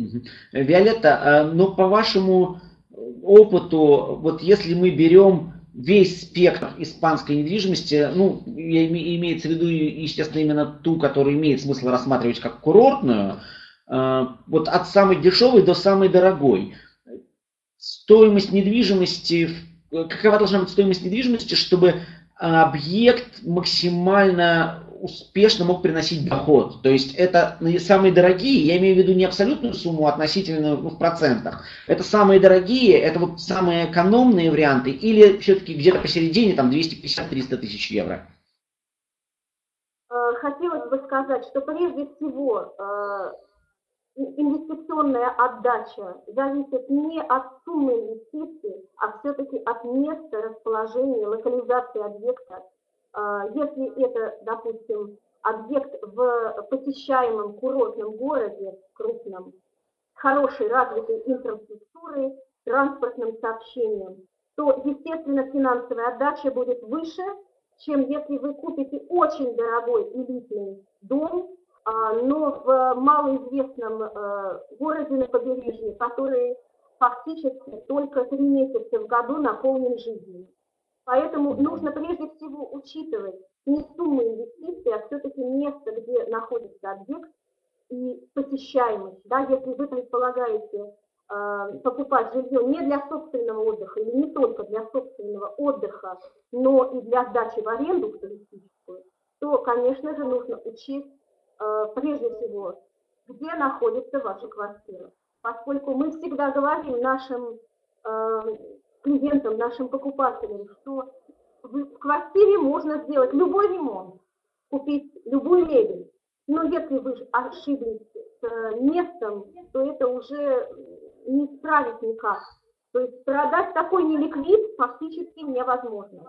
Виолетта, ну по вашему опыту, вот если мы берем весь спектр испанской недвижимости, ну, имеется в виду, естественно, именно ту, которую имеет смысл рассматривать как курортную, вот от самой дешевой до самой дорогой. Стоимость недвижимости, какова должна быть стоимость недвижимости, чтобы объект максимально успешно мог приносить доход. То есть это самые дорогие, я имею в виду не абсолютную сумму относительно, ну, в процентах. Это самые дорогие, это вот самые экономные варианты, или все-таки где-то посередине, там двести пятьдесят - триста тысяч евро? Хотелось бы сказать, что прежде всего инвестиционная отдача зависит не от суммы инвестиций, а все-таки от места расположения, локализации объекта. Если это, допустим, объект в посещаемом курортном городе, крупном, хорошей развитой инфраструктурой, транспортным сообщением, то, естественно, финансовая отдача будет выше, чем если вы купите очень дорогой элитный дом, но в малоизвестном городе на побережье, который фактически только три месяца в году наполнен жизнью. Поэтому нужно прежде всего учитывать не сумму инвестиций, а все-таки место, где находится объект, и посещаемость. Да, если вы предполагаете э, покупать жилье не для собственного отдыха или не только для собственного отдыха, но и для сдачи в аренду туристическую, то, конечно же, нужно учесть э, прежде всего, где находится ваша квартира. Поскольку мы всегда говорим нашим э, клиентам, нашим покупателям, что в квартире можно сделать любой ремонт, купить любую мебель. Но если вы ошиблись с местом, то это уже не исправить никак. То есть продать такой неликвид фактически невозможно.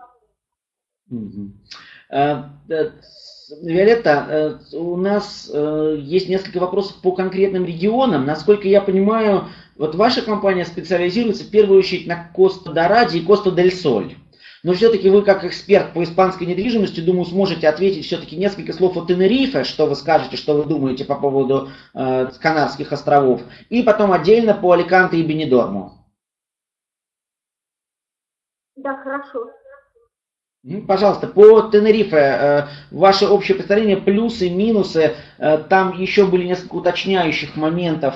Виолетта, у нас есть несколько вопросов по конкретным регионам. Насколько я понимаю, вот ваша компания специализируется в первую очередь на Коста-Дорадо и Коста-дель-Соль. Но все-таки вы, как эксперт по испанской недвижимости, думаю, сможете ответить все-таки несколько слов о Тенерифе, что вы скажете, что вы думаете по поводу э, Канарских островов, и потом отдельно по Аликанте и Бенидорму. Да, хорошо. Пожалуйста, по Тенерифе, э, ваше общее представление, плюсы, минусы, э, там еще были несколько уточняющих моментов.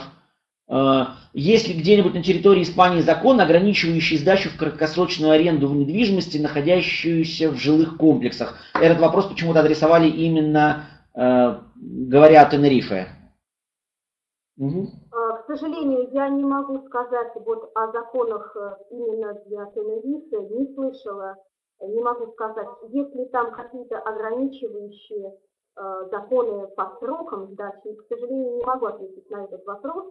Есть ли где-нибудь на территории Испании закон, ограничивающий сдачу в краткосрочную аренду в недвижимости, находящуюся в жилых комплексах? Этот вопрос почему-то адресовали именно, э, говоря о Тенерифе. Угу. К сожалению, я не могу сказать вот о законах именно для Тенерифе, не слышала, не могу сказать, есть ли там какие-то ограничивающие э, законы по срокам сдачи. К сожалению, не могу ответить на этот вопрос.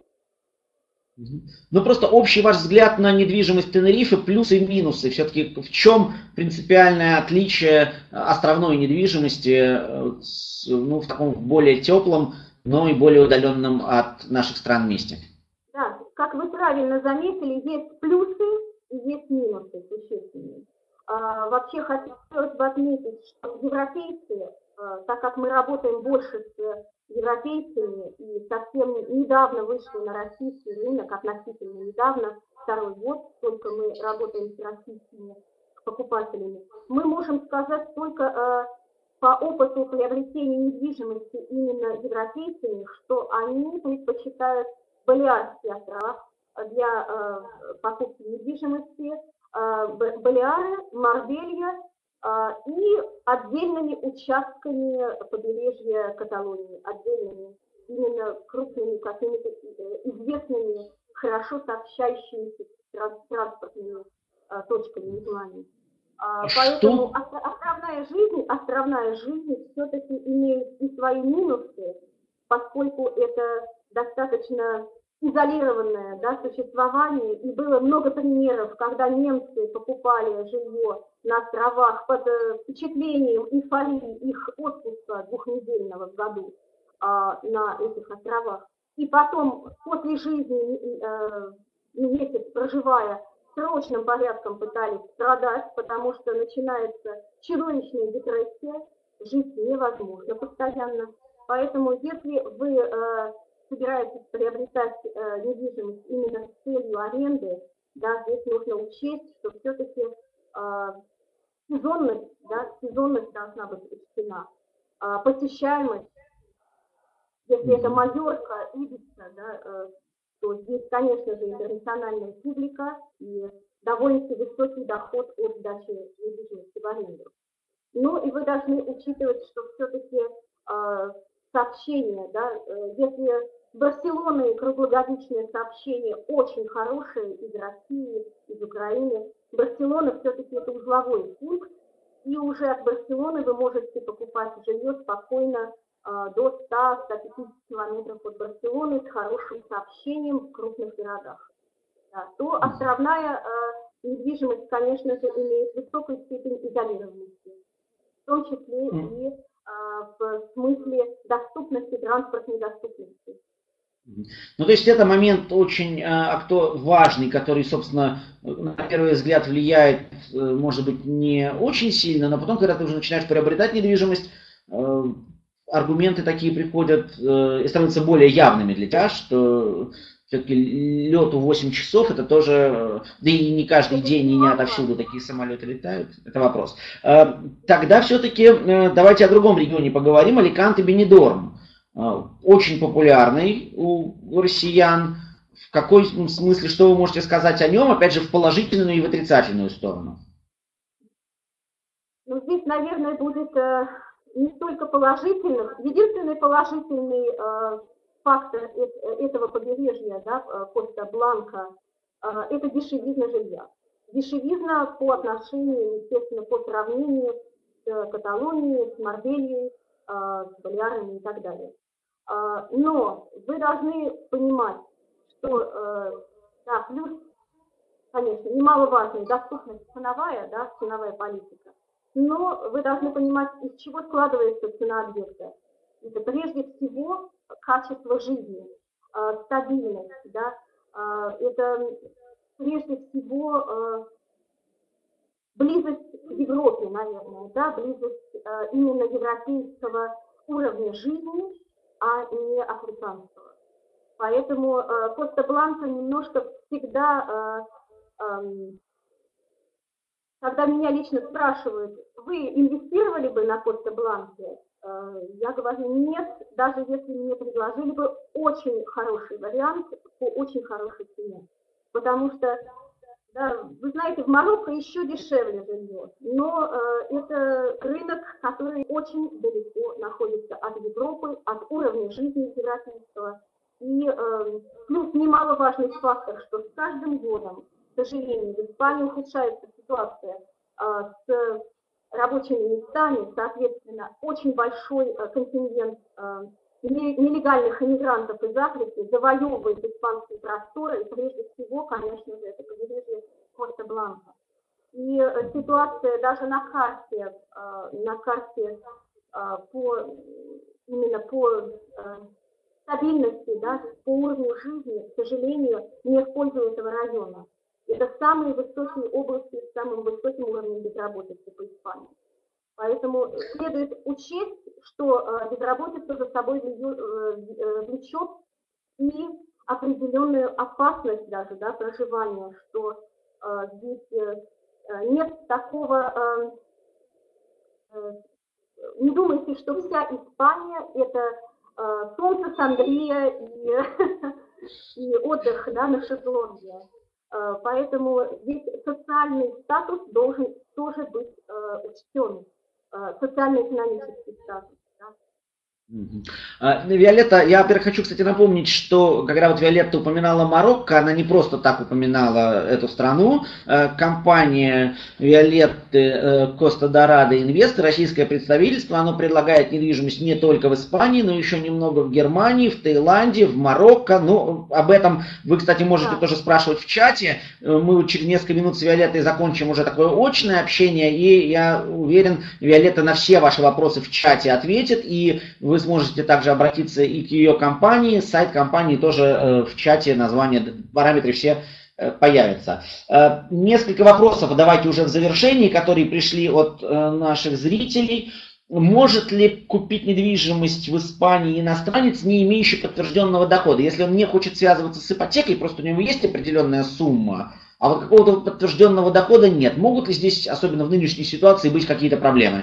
Ну, просто общий ваш взгляд на недвижимость Тенерифе, плюсы и минусы. Все-таки в чем принципиальное отличие островной недвижимости, ну, в таком более теплом, но и более удаленном от наших стран месте? Да, как вы правильно заметили, есть плюсы и есть минусы существенные. А, вообще хотелось бы отметить, что европейцы, а, так как мы работаем больше с европейцами и совсем недавно вышли на российский рынок, относительно недавно, второй год, только мы работаем с российскими покупателями, мы можем сказать только э, по опыту приобретения недвижимости именно европейцами, что они предпочитают Балиарские острова для э, покупки недвижимости, э, Балиары, Марбелья, и отдельными участками побережья Каталонии, отдельными именно крупными какими-то известными, хорошо сообщающимися с транспортными точками внимания. Поэтому островная жизнь, островная жизнь все-таки имеет и свои минусы, поскольку это достаточно изолированное, да, существование, и было много примеров, когда немцы покупали жилье на островах под впечатлением эйфории их отпуска двухнедельного в году а, на этих островах. И потом, после жизни, э, месяц проживая, срочным порядком пытались продать, потому что начинается чудовищная депрессия, жить невозможно постоянно. Поэтому, если вы э, собираетесь приобретать э, недвижимость именно с целью аренды, да, здесь нужно учесть, что все-таки сезонность, да, сезонность должна быть учтена, посещаемость. Если это Майорка, Ибица, да, то здесь, конечно же, интернациональная публика и довольно-таки высокий доход от сдачи недвижимости в аренду. Ну и вы должны учитывать, что все-таки э, сообщения, да, э, если в Барселоне круглогодичное сообщение очень хорошее из России, из Украины, Барселона все-таки это узловой пункт, и уже от Барселоны вы можете покупать жилье спокойно э, до ста — ста пятидесяти километров от Барселоны с хорошим сообщением в крупных городах. Да, то островная э, недвижимость, конечно же, имеет высокую степень изолированности, в том числе и э, в смысле доступности, транспортной доступности. Ну, то есть это момент очень а, кто, важный, который, собственно, на первый взгляд влияет, может быть, не очень сильно, но потом, когда ты уже начинаешь приобретать недвижимость, э, аргументы такие приходят э, и становятся более явными для тебя, что все-таки лету восемь часов, это тоже, да и не каждый день, и не отовсюду такие самолеты летают, это вопрос. Э, тогда все-таки э, давайте о другом регионе поговорим, Аликанте, Бенидорм. Очень популярный у россиян. В какой смысле, что вы можете сказать о нем, опять же, в положительную и в отрицательную сторону? Ну, здесь, наверное, будет э, не столько положительных. Единственный положительный э, фактор этого побережья, да, Коста-Бланка, э, это дешевизна жилья. Дешевизна по отношению, естественно, по сравнению с Каталонией, с Марбельей, э, с Балиарами и так далее. Но вы должны понимать, что, да, плюс, конечно, немаловажная доступность ценовая, да, ценовая политика, но вы должны понимать, из чего складывается цена объекта. Это прежде всего качество жизни, стабильность, да, это прежде всего близость к Европе, наверное, да, близость именно европейского уровня жизни, а не африканского. Поэтому э, Коста-Бланка немножко всегда, э, э, когда меня лично спрашивают, вы инвестировали бы на Коста-Бланке, э, я говорю, нет, даже если мне предложили бы очень хороший вариант по очень хорошей цене. Потому что, да, вы знаете, в Марокко еще дешевле жилье, но э, это рынок, который очень далеко находится от Европы, от уровня жизни европейского. И э, плюс немаловажный фактор, что с каждым годом, к сожалению, в Испании ухудшается ситуация э, с рабочими местами, соответственно, очень большой э, контингент э, нелегальных иммигрантов из Африки завоевывает испанские просторы, и прежде всего, конечно же, это побережье Коста-Бланка. И э, ситуация даже на карте, э, на карте э, по, именно по э, стабильности, да, по уровню жизни, к сожалению, не в пользу этого района. Это самые высокие области с самым высоким уровнем безработицы по Испании. Поэтому следует учесть, что безработица за собой влечет и определенную опасность даже, да, проживания, что э, здесь э, нет такого, э, э, не думайте, что вся Испания это э, солнце, сангрия и, и отдых, да, на шезлонге. Э, поэтому здесь социальный статус должен тоже быть э, учтен. Социально-экономический статус. Да? Виолетта, я, во-первых, хочу, кстати, напомнить, что когда вот Виолетта упоминала Марокко, она не просто так упоминала эту страну. Компания Виолетты Коста Дорадо Инвест, российское представительство, оно предлагает недвижимость не только в Испании, но еще немного в Германии, в Таиланде, в Марокко. Ну, об этом вы, кстати, можете да. тоже спрашивать в чате. Мы через несколько минут с Виолеттой закончим уже такое очное общение, и я уверен, Виолетта на все ваши вопросы в чате ответит, и вы Вы сможете также обратиться и к ее компании. Сайт компании тоже э, в чате, название, параметры все э, появятся. Э, несколько вопросов давайте уже в завершении, которые пришли от э, наших зрителей. Может ли купить недвижимость в Испании иностранец, не имеющий подтвержденного дохода? Если он не хочет связываться с ипотекой, просто у него есть определенная сумма, а вот какого-то подтвержденного дохода нет. Могут ли здесь, особенно в нынешней ситуации, быть какие-то проблемы?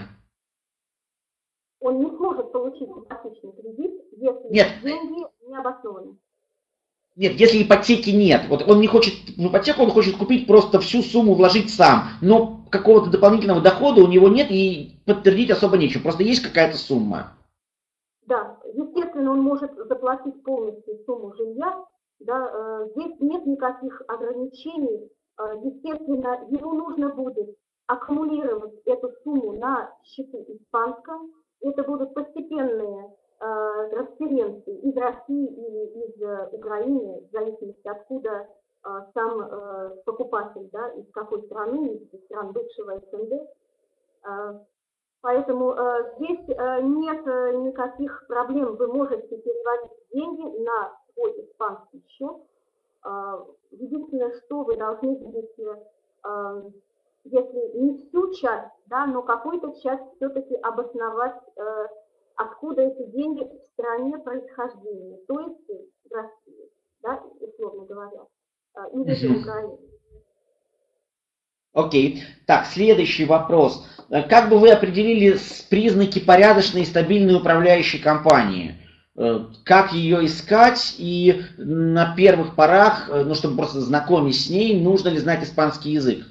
Он не сможет получить ипотечный кредит, если Нет. деньги не обоснованы. Нет, если ипотеки нет, вот он не хочет в ипотеку, он хочет купить просто всю сумму, вложить сам, но какого-то дополнительного дохода у него нет и подтвердить особо нечего, просто есть какая-то сумма. Да, естественно, он может заплатить полностью сумму жилья, да, э, здесь нет никаких ограничений, э, естественно, ему нужно будет аккумулировать эту сумму на счету испанском, это будут постепенные трансференции из России или из э, Украины, в зависимости откуда э, сам э, покупатель, да, из какой страны, из стран бывшего СНГ. Э, поэтому э, здесь э, нет э, никаких проблем. Вы можете переводить деньги на свой испанский счет. Э, единственное, что вы должны будете, э, если не всю часть, да, но какую-то часть все-таки обосновать, э, откуда эти деньги в стране происхождения, то есть в России, да, условно говоря, или же в Украине. Окей. Так, следующий вопрос. Как бы вы определили признаки порядочной и стабильной управляющей компании? Как ее искать? И на первых порах, ну, чтобы просто знакомить с ней, нужно ли знать испанский язык?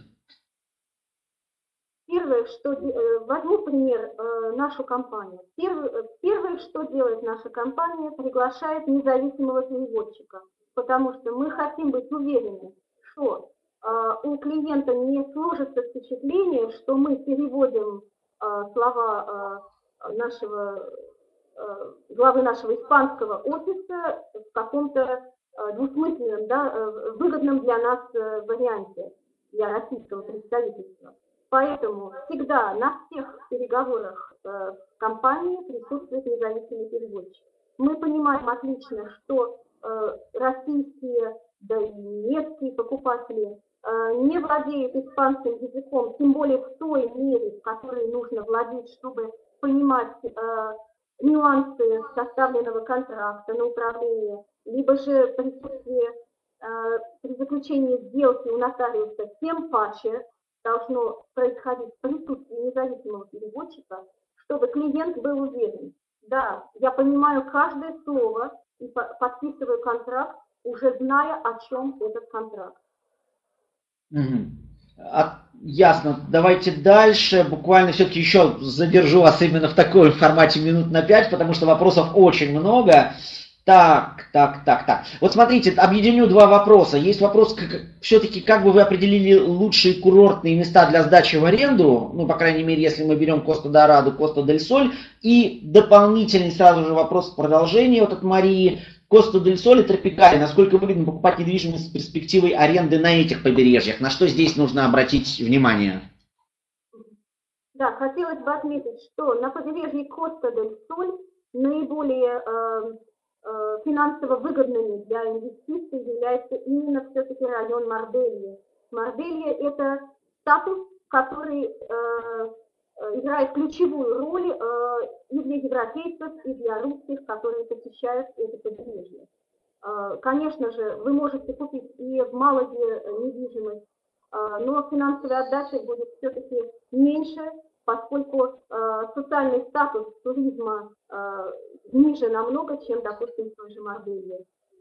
Первое, что возьму пример нашу компанию. Первое, первое, что делает наша компания, приглашает независимого переводчика, потому что мы хотим быть уверены, что у клиента не сложится впечатление, что мы переводим слова нашего главы нашего испанского офиса в каком-то двусмысленном, да, выгодном для нас варианте, для российского представительства. Поэтому всегда на всех переговорах э, в компании присутствует независимый переводчик. Мы понимаем отлично, что э, российские, да и немецкие покупатели э, не владеют испанским языком, тем более в той мере, в которой нужно владеть, чтобы понимать э, нюансы составленного контракта на управление, либо же присутствие э, при заключении сделки у нотариуса, тем паче должно происходить в присутствии независимого переводчика, чтобы клиент был уверен. Да, я понимаю каждое слово и подписываю контракт, уже зная, о чем этот контракт. Mm-hmm. А, ясно. Давайте дальше. Буквально все-таки еще задержу вас именно в таком формате минут на пять, потому что вопросов очень много. Так, так, так, так. Вот смотрите, объединю два вопроса. Есть вопрос, как, все-таки, как бы вы определили лучшие курортные места для сдачи в аренду, ну, по крайней мере, если мы берем Коста-Дорадо, Коста-дель-Соль, и дополнительный сразу же вопрос продолжения вот от Марии. Коста-дель-Соль и Тропикали. Насколько выгодно покупать недвижимость с перспективой аренды на этих побережьях? На что здесь нужно обратить внимание? Да, хотелось бы отметить, что на побережье Коста-дель-Соль наиболее э, финансово выгодными для инвестиций является именно все-таки район Марбелья. Марбелья – это статус, который э, играет ключевую роль э, и для европейцев, и для русских, которые посещают это побережье. Э, конечно же, вы можете купить и в Малаге недвижимость, э, но финансовая отдача будет все-таки меньше, поскольку э, социальный статус туризма э, ниже намного, чем, допустим, в той же Марбелье.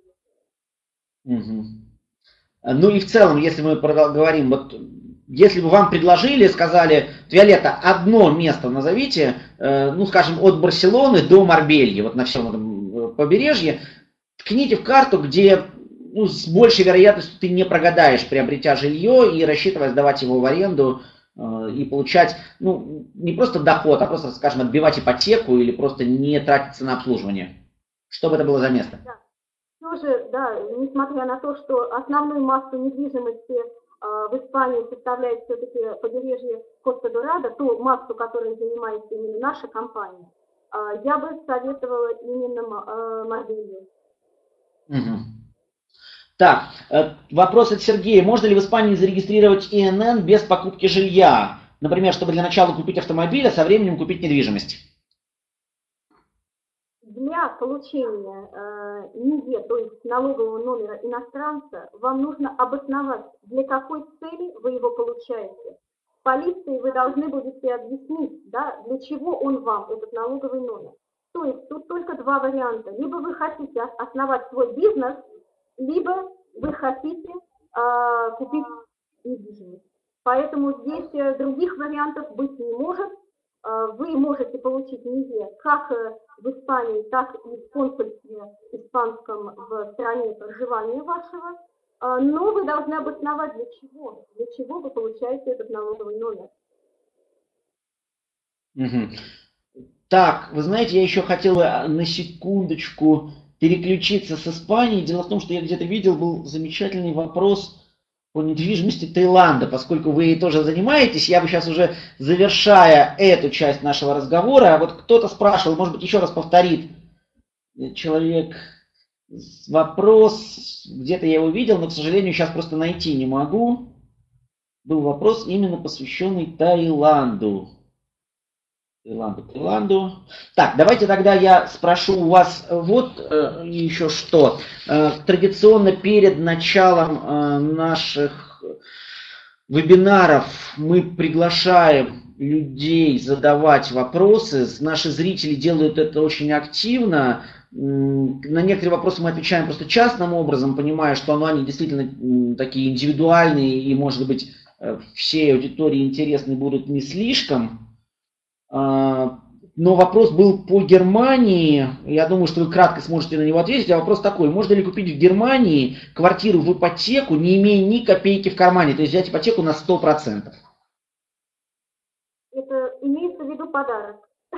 Угу. Ну и в целом, если мы говорим, вот если бы вам предложили, сказали, Виолетта, одно место назовите, э, ну скажем, от Барселоны до Марбельи, вот на всем этом побережье, ткните в карту, где ну, с большей вероятностью ты не прогадаешь, приобретя жилье и рассчитывая сдавать его в аренду, и получать, ну, не просто доход, а просто, скажем, отбивать ипотеку или просто не тратиться на обслуживание. Что бы это было за место? Да. Тоже, да, несмотря на то, что основную массу недвижимости э, в Испании составляет все-таки побережье Коста-Дорадо, ту массу, которой занимается именно наша компания, э, я бы советовала именно э, Марбелью. Угу. Так, вопрос от Сергея. Можно ли в Испании зарегистрировать И Н Н без покупки жилья? Например, чтобы для начала купить автомобиль, а со временем купить недвижимость? Для для получения э, НИЕ, то есть налогового номера иностранца, вам нужно обосновать, для какой цели вы его получаете. В полиции вы должны будете объяснить, да, для чего он вам, этот налоговый номер. То есть тут только два варианта. Либо вы хотите основать свой бизнес, либо вы хотите э, купить недвижимость. Поэтому здесь э, других вариантов быть не может. Вы можете получить НИЕ как в Испании, так и в консульстве испанском в стране проживания вашего, но вы должны обосновать, для чего, для чего вы получаете этот налоговый номер. Угу. Так, вы знаете, я еще хотел бы на секундочку переключиться с Испании. Дело в том, что я где-то видел, был замечательный вопрос по недвижимости Таиланда, поскольку вы ей тоже занимаетесь, я бы сейчас уже, завершая эту часть нашего разговора, вот кто-то спрашивал, может быть, еще раз повторит человек вопрос, где-то я его видел, но, к сожалению, сейчас просто найти не могу. Был вопрос именно посвященный Таиланду. Таиланду, Таиланду. Так, давайте тогда я спрошу у вас вот э, еще что. Э, традиционно перед началом э, наших вебинаров мы приглашаем людей задавать вопросы. Наши зрители делают это очень активно. На некоторые вопросы мы отвечаем просто частным образом, понимая, что ну, они действительно такие индивидуальные и, может быть, всей аудитории интересны будут не слишком. Но вопрос был по Германии. Я думаю, что вы кратко сможете на него ответить. А вопрос такой: можно ли купить в Германии квартиру в ипотеку, не имея ни копейки в кармане? То есть взять ипотеку на сто процентов. Это имеется в виду подарок.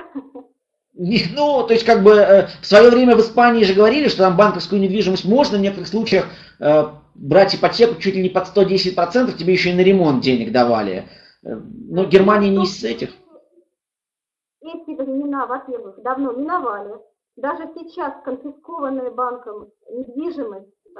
Ну, то есть, как бы, в свое время в Испании же говорили, что там банковскую недвижимость можно в некоторых случаях э, брать ипотеку чуть ли не под сто десять процентов, тебе еще и на ремонт денег давали. Но Германия не из этих. Эти времена, во-первых, давно миновали. Даже сейчас конфискованная банком недвижимость э,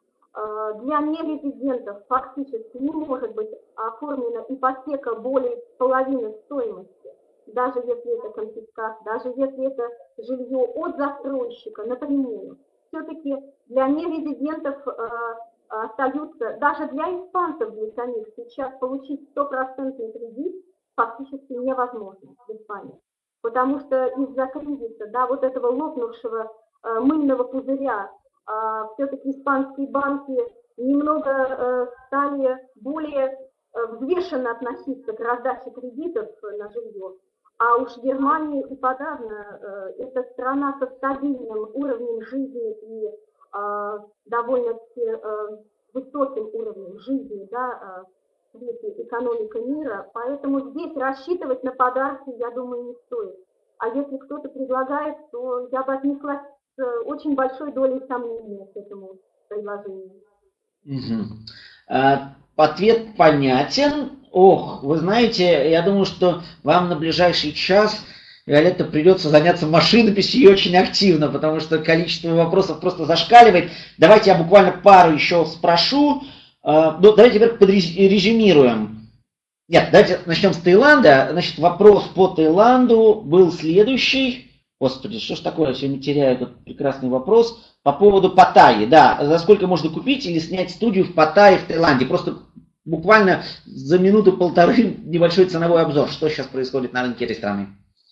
э, для нерезидентов фактически не может быть оформлена ипотека более половины стоимости. Даже если это конфискат, даже если это жилье от застройщика напрямую. Все-таки для нерезидентов э, остаются, даже для испанцев, для самих, сейчас получить стопроцентный кредит фактически невозможно в Испании. Потому что из-за кризиса, да, вот этого лопнувшего э, мыльного пузыря, э, все-таки испанские банки немного э, стали более э, взвешенно относиться к раздаче кредитов на жилье. А уж Германия и подавно, э, это страна со стабильным уровнем жизни и э, довольно-таки э, высоким уровнем жизни, да, э, в экономика мира, поэтому здесь рассчитывать на подарки, я думаю, не стоит. А если кто-то предлагает, то я бы отнеслась с очень большой долей сомнения к этому предложению. Угу. А, ответ понятен. Ох, вы знаете, я думаю, что вам на ближайший час, Виолетта, придется заняться машинописью и очень активно, потому что количество вопросов просто зашкаливает. Давайте я буквально пару еще спрошу. Ну, давайте теперь подрезюмируем. Нет, давайте начнем с Таиланда. Значит, вопрос по Таиланду был следующий. Господи, что ж такое, я сегодня теряю этот прекрасный вопрос. По поводу Паттайи, да. За сколько можно купить или снять студию в Паттайи в Таиланде? Просто буквально за минуту-полторы небольшой ценовой обзор. Что сейчас происходит на рынке этой страны?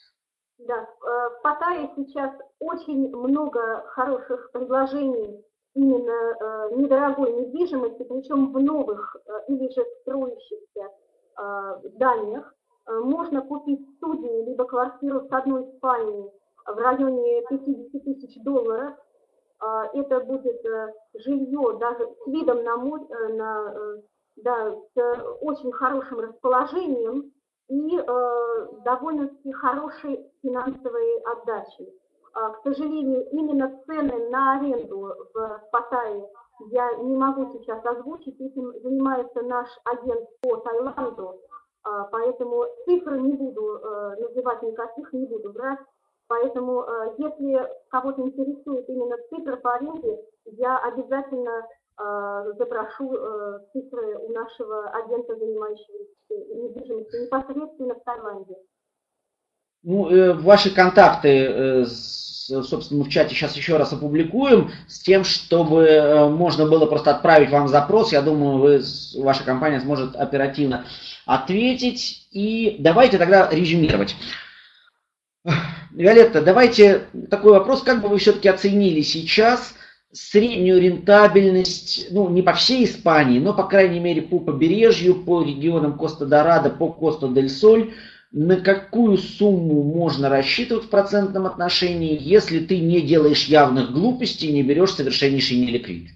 Да, в Паттайи сейчас очень много хороших предложений именно э, недорогой недвижимости, причем в новых э, или же строящихся э, зданиях. Э, можно купить студию либо квартиру с одной спальней в районе пятьдесят тысяч долларов. Э, это будет э, жилье даже с видом на море, э, на, э, да, с очень хорошим расположением и э, довольно-таки хорошей финансовой отдачей. К сожалению, именно цены на аренду в Паттайе я не могу сейчас озвучить, этим занимается наш агент по Таиланду, поэтому цифры не буду называть никаких, не буду брать. Поэтому, если кого-то интересует именно цифры по аренде, я обязательно запрошу цифры у нашего агента, занимающегося недвижимостью непосредственно в Таиланде. Ну, э, ваши контакты э, с собственно, в чате сейчас еще раз опубликуем, с тем, чтобы можно было просто отправить вам запрос. Я думаю, вы, ваша компания сможет оперативно ответить. И давайте тогда резюмировать. Виолетта, давайте такой вопрос. Как бы вы все-таки оценили сейчас среднюю рентабельность, ну, не по всей Испании, но, по крайней мере, по побережью, по регионам Коста-Дорадо, по Коста-дель-Соль, на какую сумму можно рассчитывать в процентном отношении, если ты не делаешь явных глупостей, не берешь совершеннейший неликвид?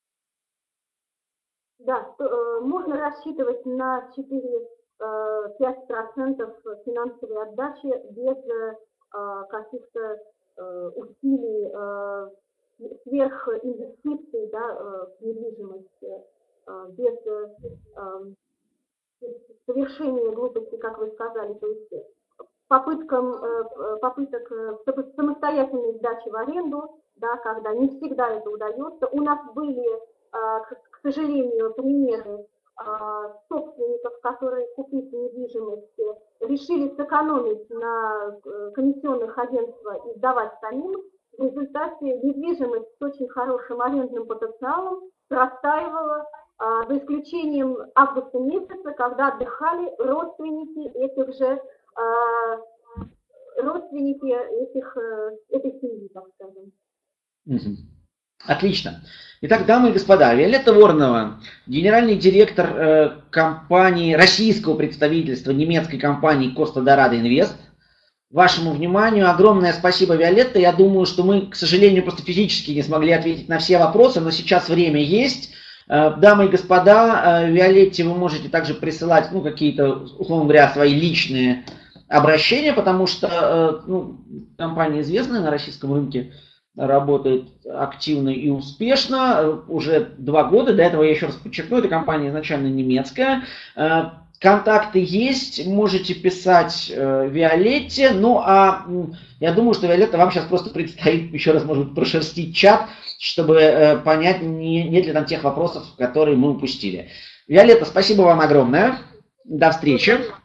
Да, э, можно рассчитывать на четыре-пять процентов финансовой отдачи без э, каких-то э, усилий, э, сверхинвестиций, да, э, в недвижимость, э, без э, совершения глупости, как вы сказали, то есть попыткам, попыток самостоятельной сдачи в аренду, да, когда не всегда это удается. У нас были, к сожалению, примеры собственников, которые, купив недвижимость, решили сэкономить на комиссионных агентствах и сдавать самим. В результате недвижимость с очень хорошим арендным потенциалом простаивала, за исключением августа месяца, когда отдыхали родственники этих же, родственники этих, этой семьи, так скажем. Угу. Отлично. Итак, дамы и господа, Виолетта Воронова, генеральный директор э, компании, российского представительства немецкой компании Коста-Дорадо Инвест. Вашему вниманию огромное спасибо, Виолетта. Я думаю, что мы, к сожалению, просто физически не смогли ответить на все вопросы, но сейчас время есть. Дамы и господа, Виолетте вы можете также присылать, ну, какие-то, условно говоря, свои личные обращения, потому что, ну, компания известная на российском рынке, работает активно и успешно, уже два года. До этого я еще раз подчеркну, эта компания изначально немецкая. Контакты есть, можете писать э, Виолетте. Ну, а я думаю, что, Виолетта, вам сейчас просто предстоит еще раз, может быть, прошерстить чат, чтобы э, понять, не, нет ли там тех вопросов, которые мы упустили. Виолетта, спасибо вам огромное. До встречи.